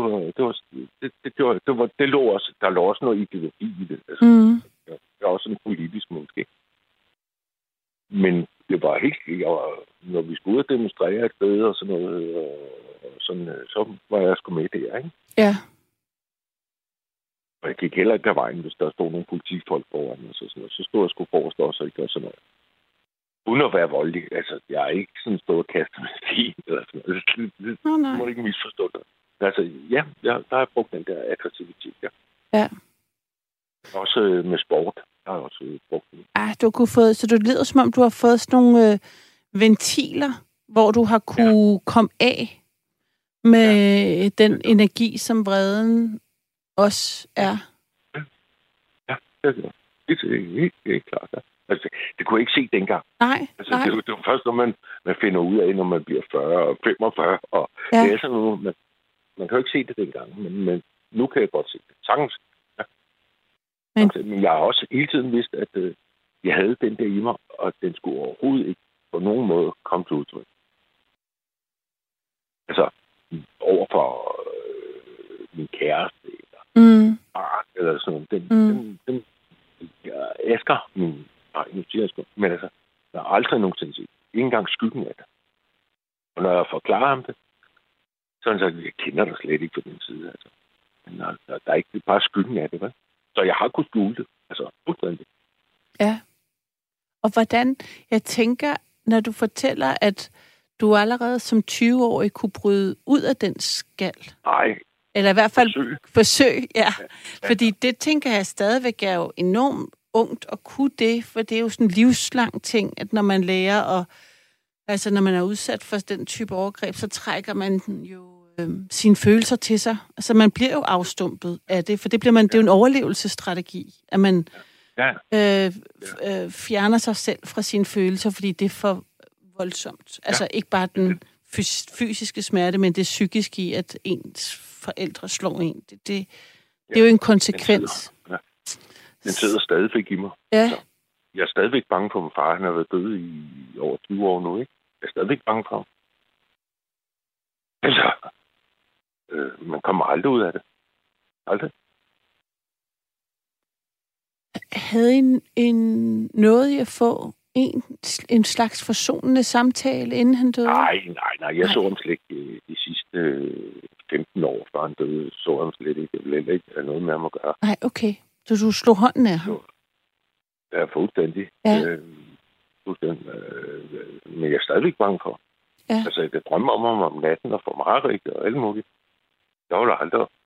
lå også, der lå også noget ideologi i det. Altså, jeg er også en politisk menneske. Men det var helt, når vi skulle ud og demonstrere et sted og sådan noget, så var jeg sgu med der, ikke? Ja. Og jeg gik heller ikke af vejen, hvis der stod nogle politifolk foran mig, så stod jeg sgu forrest også og ikke gøre sådan noget. Uden at være voldelig. Altså, jeg er ikke sådan stået og kastet med sten eller sådan noget. Det må ikke misforstå det. Altså, ja, der har jeg brugt den der aggressivitet, ja. Ja. Også med sport. Jeg har også brugt den. Så du lyder som om, du har fået sådan nogle ventiler, hvor du har kunne komme af med den energi, som vreden også er. Ja, det er helt klart. Ja. Altså, det kunne jeg ikke se dengang. Nej. Det var først, når man finder ud af, når man bliver 40 og 45. Og det er sådan noget, man kan jo ikke se det dengang, men nu kan jeg godt se det. Sagtens. Ja. Men jeg har også hele tiden vidst, at jeg havde den der i mig, og den skulle overhovedet ikke på nogen måde komme til udtryk. Altså, overfor min kæreste, eller barn, eller sådan noget. Den Asger, min men altså, jeg har aldrig nogensinde set. Ikke engang skyggen af det. Og når jeg forklarer ham det, så er han sagt, jeg kender dig slet ikke på den side. Altså. Men der er ikke bare skyggen af det, vel? Så jeg har kunnet skjule det. Altså, fuldstændig. Ja. Og hvordan, jeg tænker, når du fortæller, at du allerede som 20-årig kunne bryde ud af den skal. Nej. Eller i hvert fald forsøg, ja. Fordi det, tænker jeg stadigvæk, er jo enormt ungt at kunne det, for det er jo sådan en livslang ting, at når man lærer at Altså, når man er udsat for den type overgreb, så trækker man jo sine følelser til sig. Altså, man bliver jo afstumpet af det, for det er jo en overlevelsesstrategi, at man fjerner sig selv fra sine følelser, fordi det er for voldsomt. Altså, ikke bare den fysiske smerte, men det psykiske i, at ens forældre slår en. Det er jo en konsekvens. Den sidder stadigvæk i mig. Ja. Så jeg er stadigvæk bange for min far. Han har været død i over 20 år nu, ikke? Jeg er stadigvæk bange for ham. Altså, man kommer aldrig ud af det. Aldrig. Havde I noget i at få en slags forsonende samtale, inden han døde? Nej. Jeg så ham slet ikke de sidste 15 år, før han døde. Så ham slet ikke. Jeg ville ikke have noget med ham at gøre. Nej, okay. Så du slog hånden af ham? Ja, fuldstændig. Ja. Men jeg er stadigvæk bange for. Ja. Altså, jeg drømmer om natten og får mareridt og alt muligt. Jeg holder aldrig op.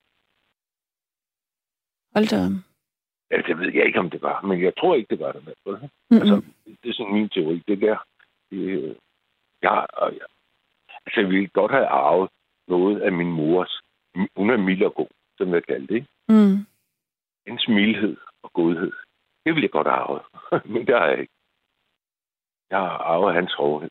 Hold da om. Ja, det ved jeg ikke, om det var. Men jeg tror ikke, det var det. Mm-hmm. Altså, det er sådan min teori. Det der. Altså, jeg ville godt have arvet noget af min mors. Hun er mild og god, som jeg kaldte det. Mm. Hendes mildhed og godhed. Det ville jeg godt have arvet. Men det har jeg ikke. Jeg har arvet hans hårdhed.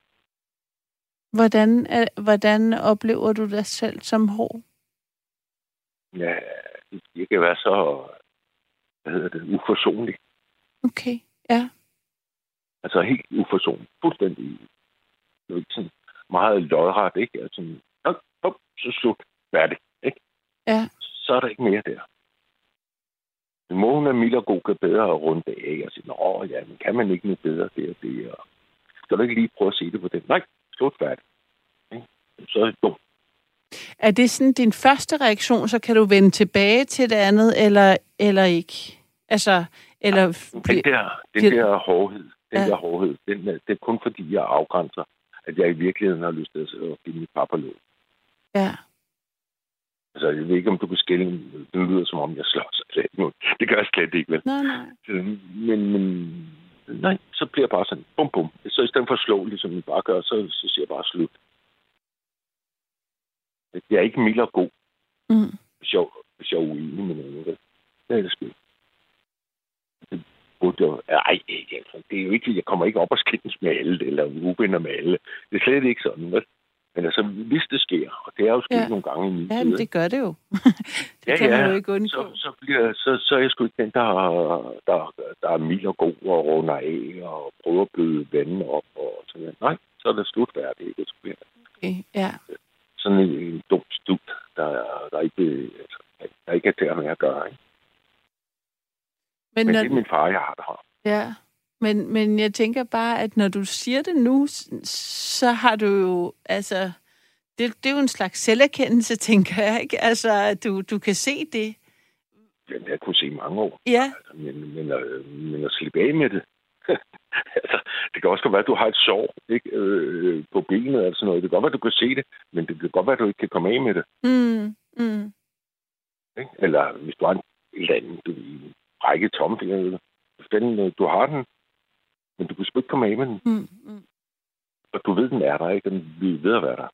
Hvordan oplever du dig selv som hård? Ja, det kan være så, uforsonlig. Okay, ja. Altså helt uforsonlig. Fuldstændig. Det er ikke sådan meget lodret, ikke? Altså, så slut. Færdig, ikke? Ja. Så er der ikke mere der. Min mor, hun er mild og god, kan bedre rundt af, ikke? Og siger, men kan man ikke noget bedre det? Og skal du ikke lige prøve at se det på den? Nej, slut, færdig. Ikke? Så er det dumt. Er det sådan din første reaktion, så kan du vende tilbage til det andet, eller ikke? Altså, eller... Den der hårdhed, det er kun fordi, jeg afgrænser, at jeg i virkeligheden har lyst til at give mit pappa lov. Ja. Altså, jeg ved ikke, om du kan skille. Det lyder, som om jeg slås. Det gør jeg slet ikke, vel? Nej. Men nej, så bliver jeg bare sådan, bum, bum. Så i stedet for at slå, ligesom jeg bare gør, så siger jeg bare slut. Jeg er ikke mild og god, hvis jeg er uenig med nogen. Det er det sgu. Det er jo ikke, jeg kommer ikke op og skændes med alle, eller uvenner med alle. Det er slet ikke sådan, vel? Men altså, hvis det sker, og det er jo sket nogle gange i min tid. Ja, men det gør det jo. Det kan man jo ikke undgå. Så er jeg sgu ikke den, der er mild og god og runder af og prøver at bløde vandene op og sådan noget. Nej, så er det slutfærdigt. Okay, ja. Sådan en dum stud, der ikke er til at med at gøre, ikke? Men det er min far, jeg har det her. Ja, men jeg tænker bare, at når du siger det nu, så har du jo, altså, det er jo en slags selverkendelse, tænker jeg, ikke? Altså, du kan se det. Jamen, jeg kunne se mange år. Ja. Altså, men at slippe af med det. Altså, det kan også godt være, at du har et sår, ikke? På benet eller sådan noget. Det kan godt være, at du kan se det, men det kan godt være, at du ikke kan komme af med det. Ikke? Eller hvis du har en eller anden række tommelfinger, du har den, men du kan sgu ikke komme af med den. Og du ved, den er der, ikke? Den ved at være der.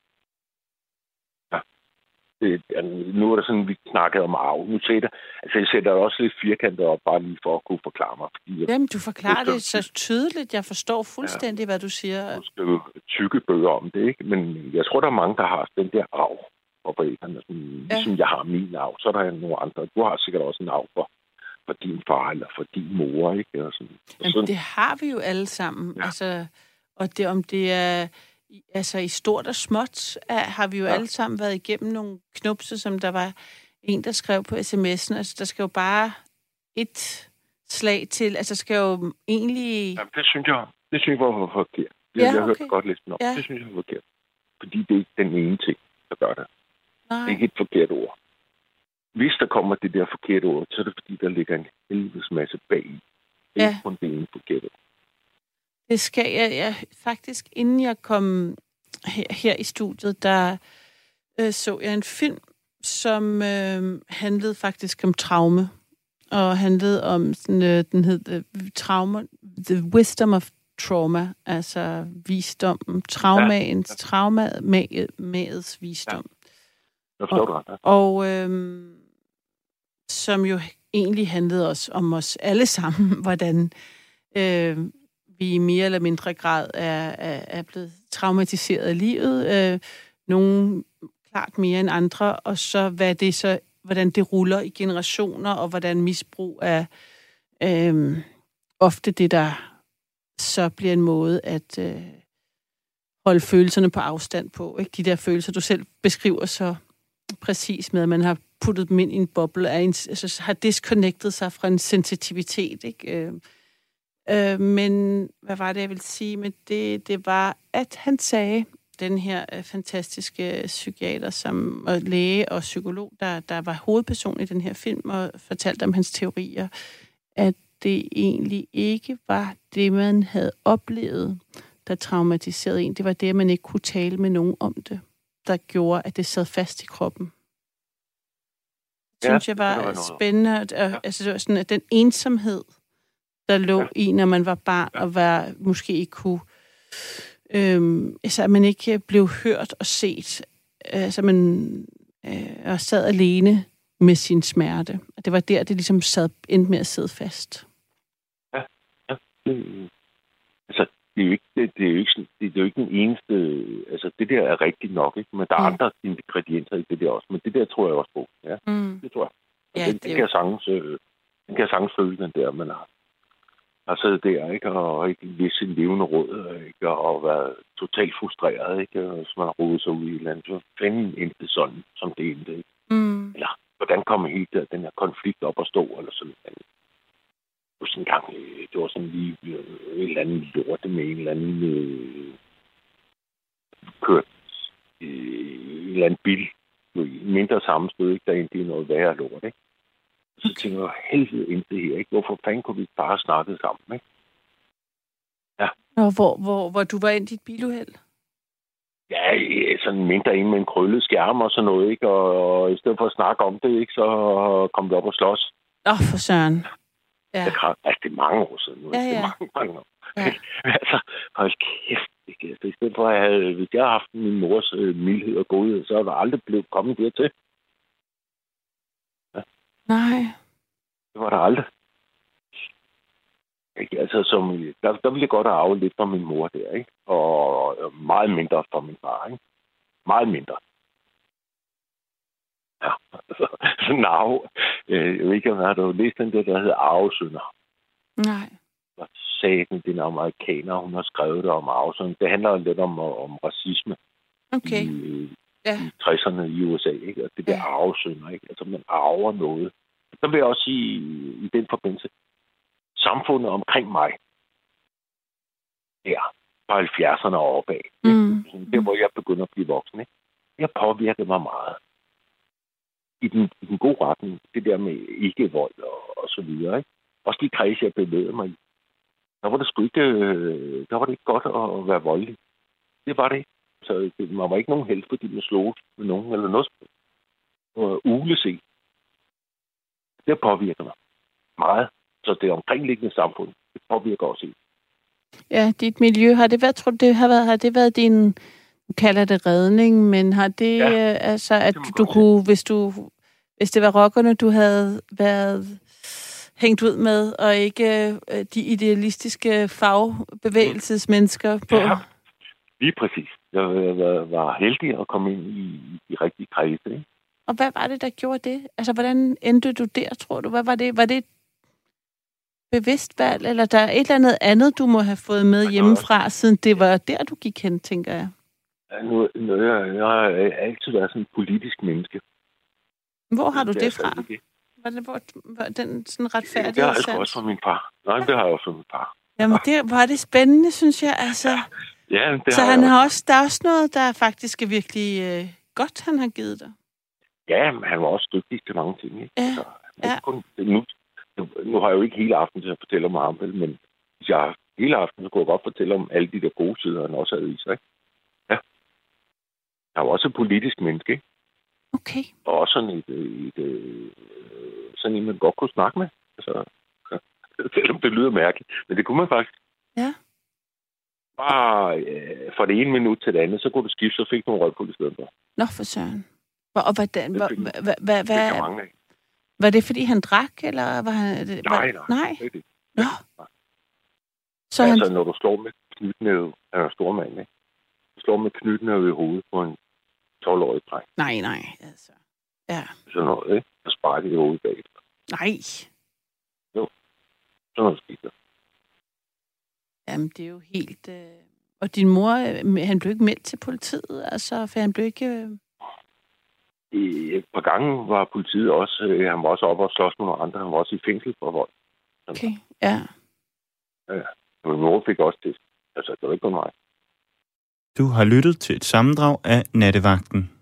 Ja. Nu er der sådan, vi snakkede om arv. Nu sætter jeg sætter også lidt firkantet op, bare lige for at kunne forklare mig. Jamen, du forklarer det så tydeligt. Jeg forstår fuldstændig, hvad du siger. Du skal jo tykke bøger om det, ikke? Men jeg tror, der er mange, der har den der arv for forældrene. Ligesom jeg har min arv, så er der nogle andre. Du har sikkert også en arv for din far eller for din mor, ikke? Og sådan. Jamen, det har vi jo alle sammen. Ja. Altså, og det, om det er altså i stort og småt, har vi jo alle sammen været igennem nogle knupse, som der var en, der skrev på sms'en. Altså, der skal jo bare et slag til. Altså, skal jo egentlig... Jamen, det synes jeg var forkert. Jeg har hørt godt listen om. Ja. Det synes jeg var forkert. Fordi det er ikke den ene ting, der gør det. Nej. Det er ikke et forkert ord. Hvis der kommer det der forkerte ord, så er det fordi, der ligger en helvedes masse bag i. Det er ikke kun det ene forkerte ord. Det skal jeg faktisk, inden jeg kom her i studiet, der så jeg en film, som handlede faktisk om traume. Og handlede om, sådan, den hed Trauma, The Wisdom of trauma, altså visdommen, traumaets visdom. Jeg forstår det ret, ja. Og som jo egentlig handlede også om os alle sammen, hvordan vi i mere eller mindre grad er blevet traumatiseret af livet. Nogle klart mere end andre, og så hvordan det ruller i generationer, og hvordan misbrug er ofte det, der så bliver en måde at holde følelserne på afstand på. Ikke? De der følelser, du selv beskriver så præcis med, at man har puttet dem ind i en boble, altså har disconnected sig fra en sensitivitet. Ikke? Men hvad var det, jeg ville sige med det? Det var, at han sagde, den her fantastiske psykiater og læge og psykolog, der var hovedperson i den her film, og fortalte om hans teorier, at det egentlig ikke var det, man havde oplevet, der traumatiserede en. Det var det, at man ikke kunne tale med nogen om det, der gjorde, at det sad fast i kroppen. Det synes jeg var spændende. Altså, det var sådan, at den ensomhed, der lå i, når man var barn, og måske ikke kunne... altså, at man ikke blev hørt og set. Altså, man og sad alene med sin smerte. Og det var der, det ligesom endte med at sidde fast. Ja. Altså, det er jo ikke den eneste... Altså, det der er rigtigt nok, ikke? Men der er andre ingredienser i det der også. Men det der tror jeg også på. Ja, det tror jeg. Ja, den kan jeg sagtens føle, den der, man har siddet der, ikke? Og ikke vidst sin levende råd, ikke? Og været totalt frustreret, ikke? Og så man har rodet sig ud i et eller andet. Så endte sådan, som det endte, ikke? Eller hvordan kommer hele den her konflikt op at stå, eller sådan noget. En gang, det var sådan lige et eller andet lorte med en eller anden kørt i en eller anden bil. Mindre sammenstød, ikke? Der endte i noget værre lort, ikke? Så tænker jeg, helvede ind det her, ikke? Hvorfor fanden kunne vi bare snakke sammen, ikke? Ja. Og hvor du var ind i dit biluheld? Ja, sådan mindre en med en krøllet skærm og sådan noget, ikke? Og i stedet for at snakke om det, ikke? Så kom vi op og slås. For søren. Ja. Det er mange år siden nu. Ja. Det er mange år. Ja. Altså, hold kæft. Ikke? Altså, i stedet for, hvis jeg havde haft min mors mildhed og godhed, så var der aldrig blevet kommet dertil. Ja. Nej. Det var der aldrig. Ikke? Altså, der ville jeg godt have arvet lidt fra min mor der, ikke? Og meget mindre fra min far, ikke? Meget mindre. Ja, altså, jeg ved ikke, om jeg har læst den der hedder Arvesynder. Nej. Og sagde den, den amerikaner, hun har skrevet det om arvesynder. Det handler lidt om racisme. Okay. I 60'erne i USA, ikke? Og det der arvesynder, ikke? Altså, man arver noget. Så vil jeg også sige, i den forbindelse, samfundet omkring mig, fra 70'erne og opad, der hvor jeg begynder at blive voksen, ikke? Det har påvirket mig meget. I den gode retning, det der med ikke-vold og så videre, ikke? Også de kredse, jeg bevægede mig i. Der var det ikke godt at være voldelig. Det var det ikke. Så man var ikke nogen held, fordi man slog med nogen eller noget. Ugleset. Det påvirker mig meget. Så det omkringliggende samfund, det påvirker også en. Ja, dit miljø, har det været din, du kalder det redning, men har det, altså, at du kunne, hvis det var rockerne, du havde været hængt ud med, og ikke de idealistiske fagbevægelsesmennesker på? Ja, lige præcis. Jeg var heldig at komme ind i de rigtige kredse, ikke? Og hvad var det, der gjorde det? Altså, hvordan endte du der, tror du? Hvad var det? Var det et bevidst valg, eller der er et eller andet, du må have fået med hjemmefra, siden det var der, du gik hen, tænker jeg? Jeg har altid været sådan en politisk menneske. Hvor har du det fra? Var den sådan retfærdighed? Det har jeg også fra min far. Nej, det har jeg også fra min far. Jamen, det var det spændende, synes jeg. Altså, ja, det så han har også, der er også noget, der faktisk er virkelig godt, han har givet dig. Ja, men han var også dygtig til mange ting. Ikke? Ja. Så, nu har jeg jo ikke hele aften til at fortælle om ham, men hvis jeg har hele aften, så kunne jeg godt fortælle om alle de der gode sider, han også havde i sig. Ikke? Ja. Han var også et politisk menneske, ikke? Okay. Og også sådan en, man godt kunne snakke med. Altså, selvom det lyder mærkeligt. Men det kunne man faktisk. Ja. Bare fra det ene minut til det andet, så kunne du skifte, så fik du en røgpul i stedet for. Nå, for søren. Og hvordan? Det kan mange af. Var det, fordi han drak, eller var han... Nej. Det. Nå. Så altså, når du slår med knytnæve, er en stor mand, ikke? Du slår med knytnæve i hovedet på en 12-årig dreng. Nej, altså. Ja. Sådan noget, ikke? Og sparker i hovedet bagefter. Nej. Jo. Sådan noget skete. Jamen, det er jo helt... Og din mor, han blev ikke meldt til politiet, altså, for han blev ikke... Et par gange var politiet også... Han var også oppe og slås med nogle andre. Han var også i fængsel for vold. Okay, ja. Ja. Min mor fik også det. Altså, det var ikke kun mig. Du har lyttet til et sammendrag af Nattevagten.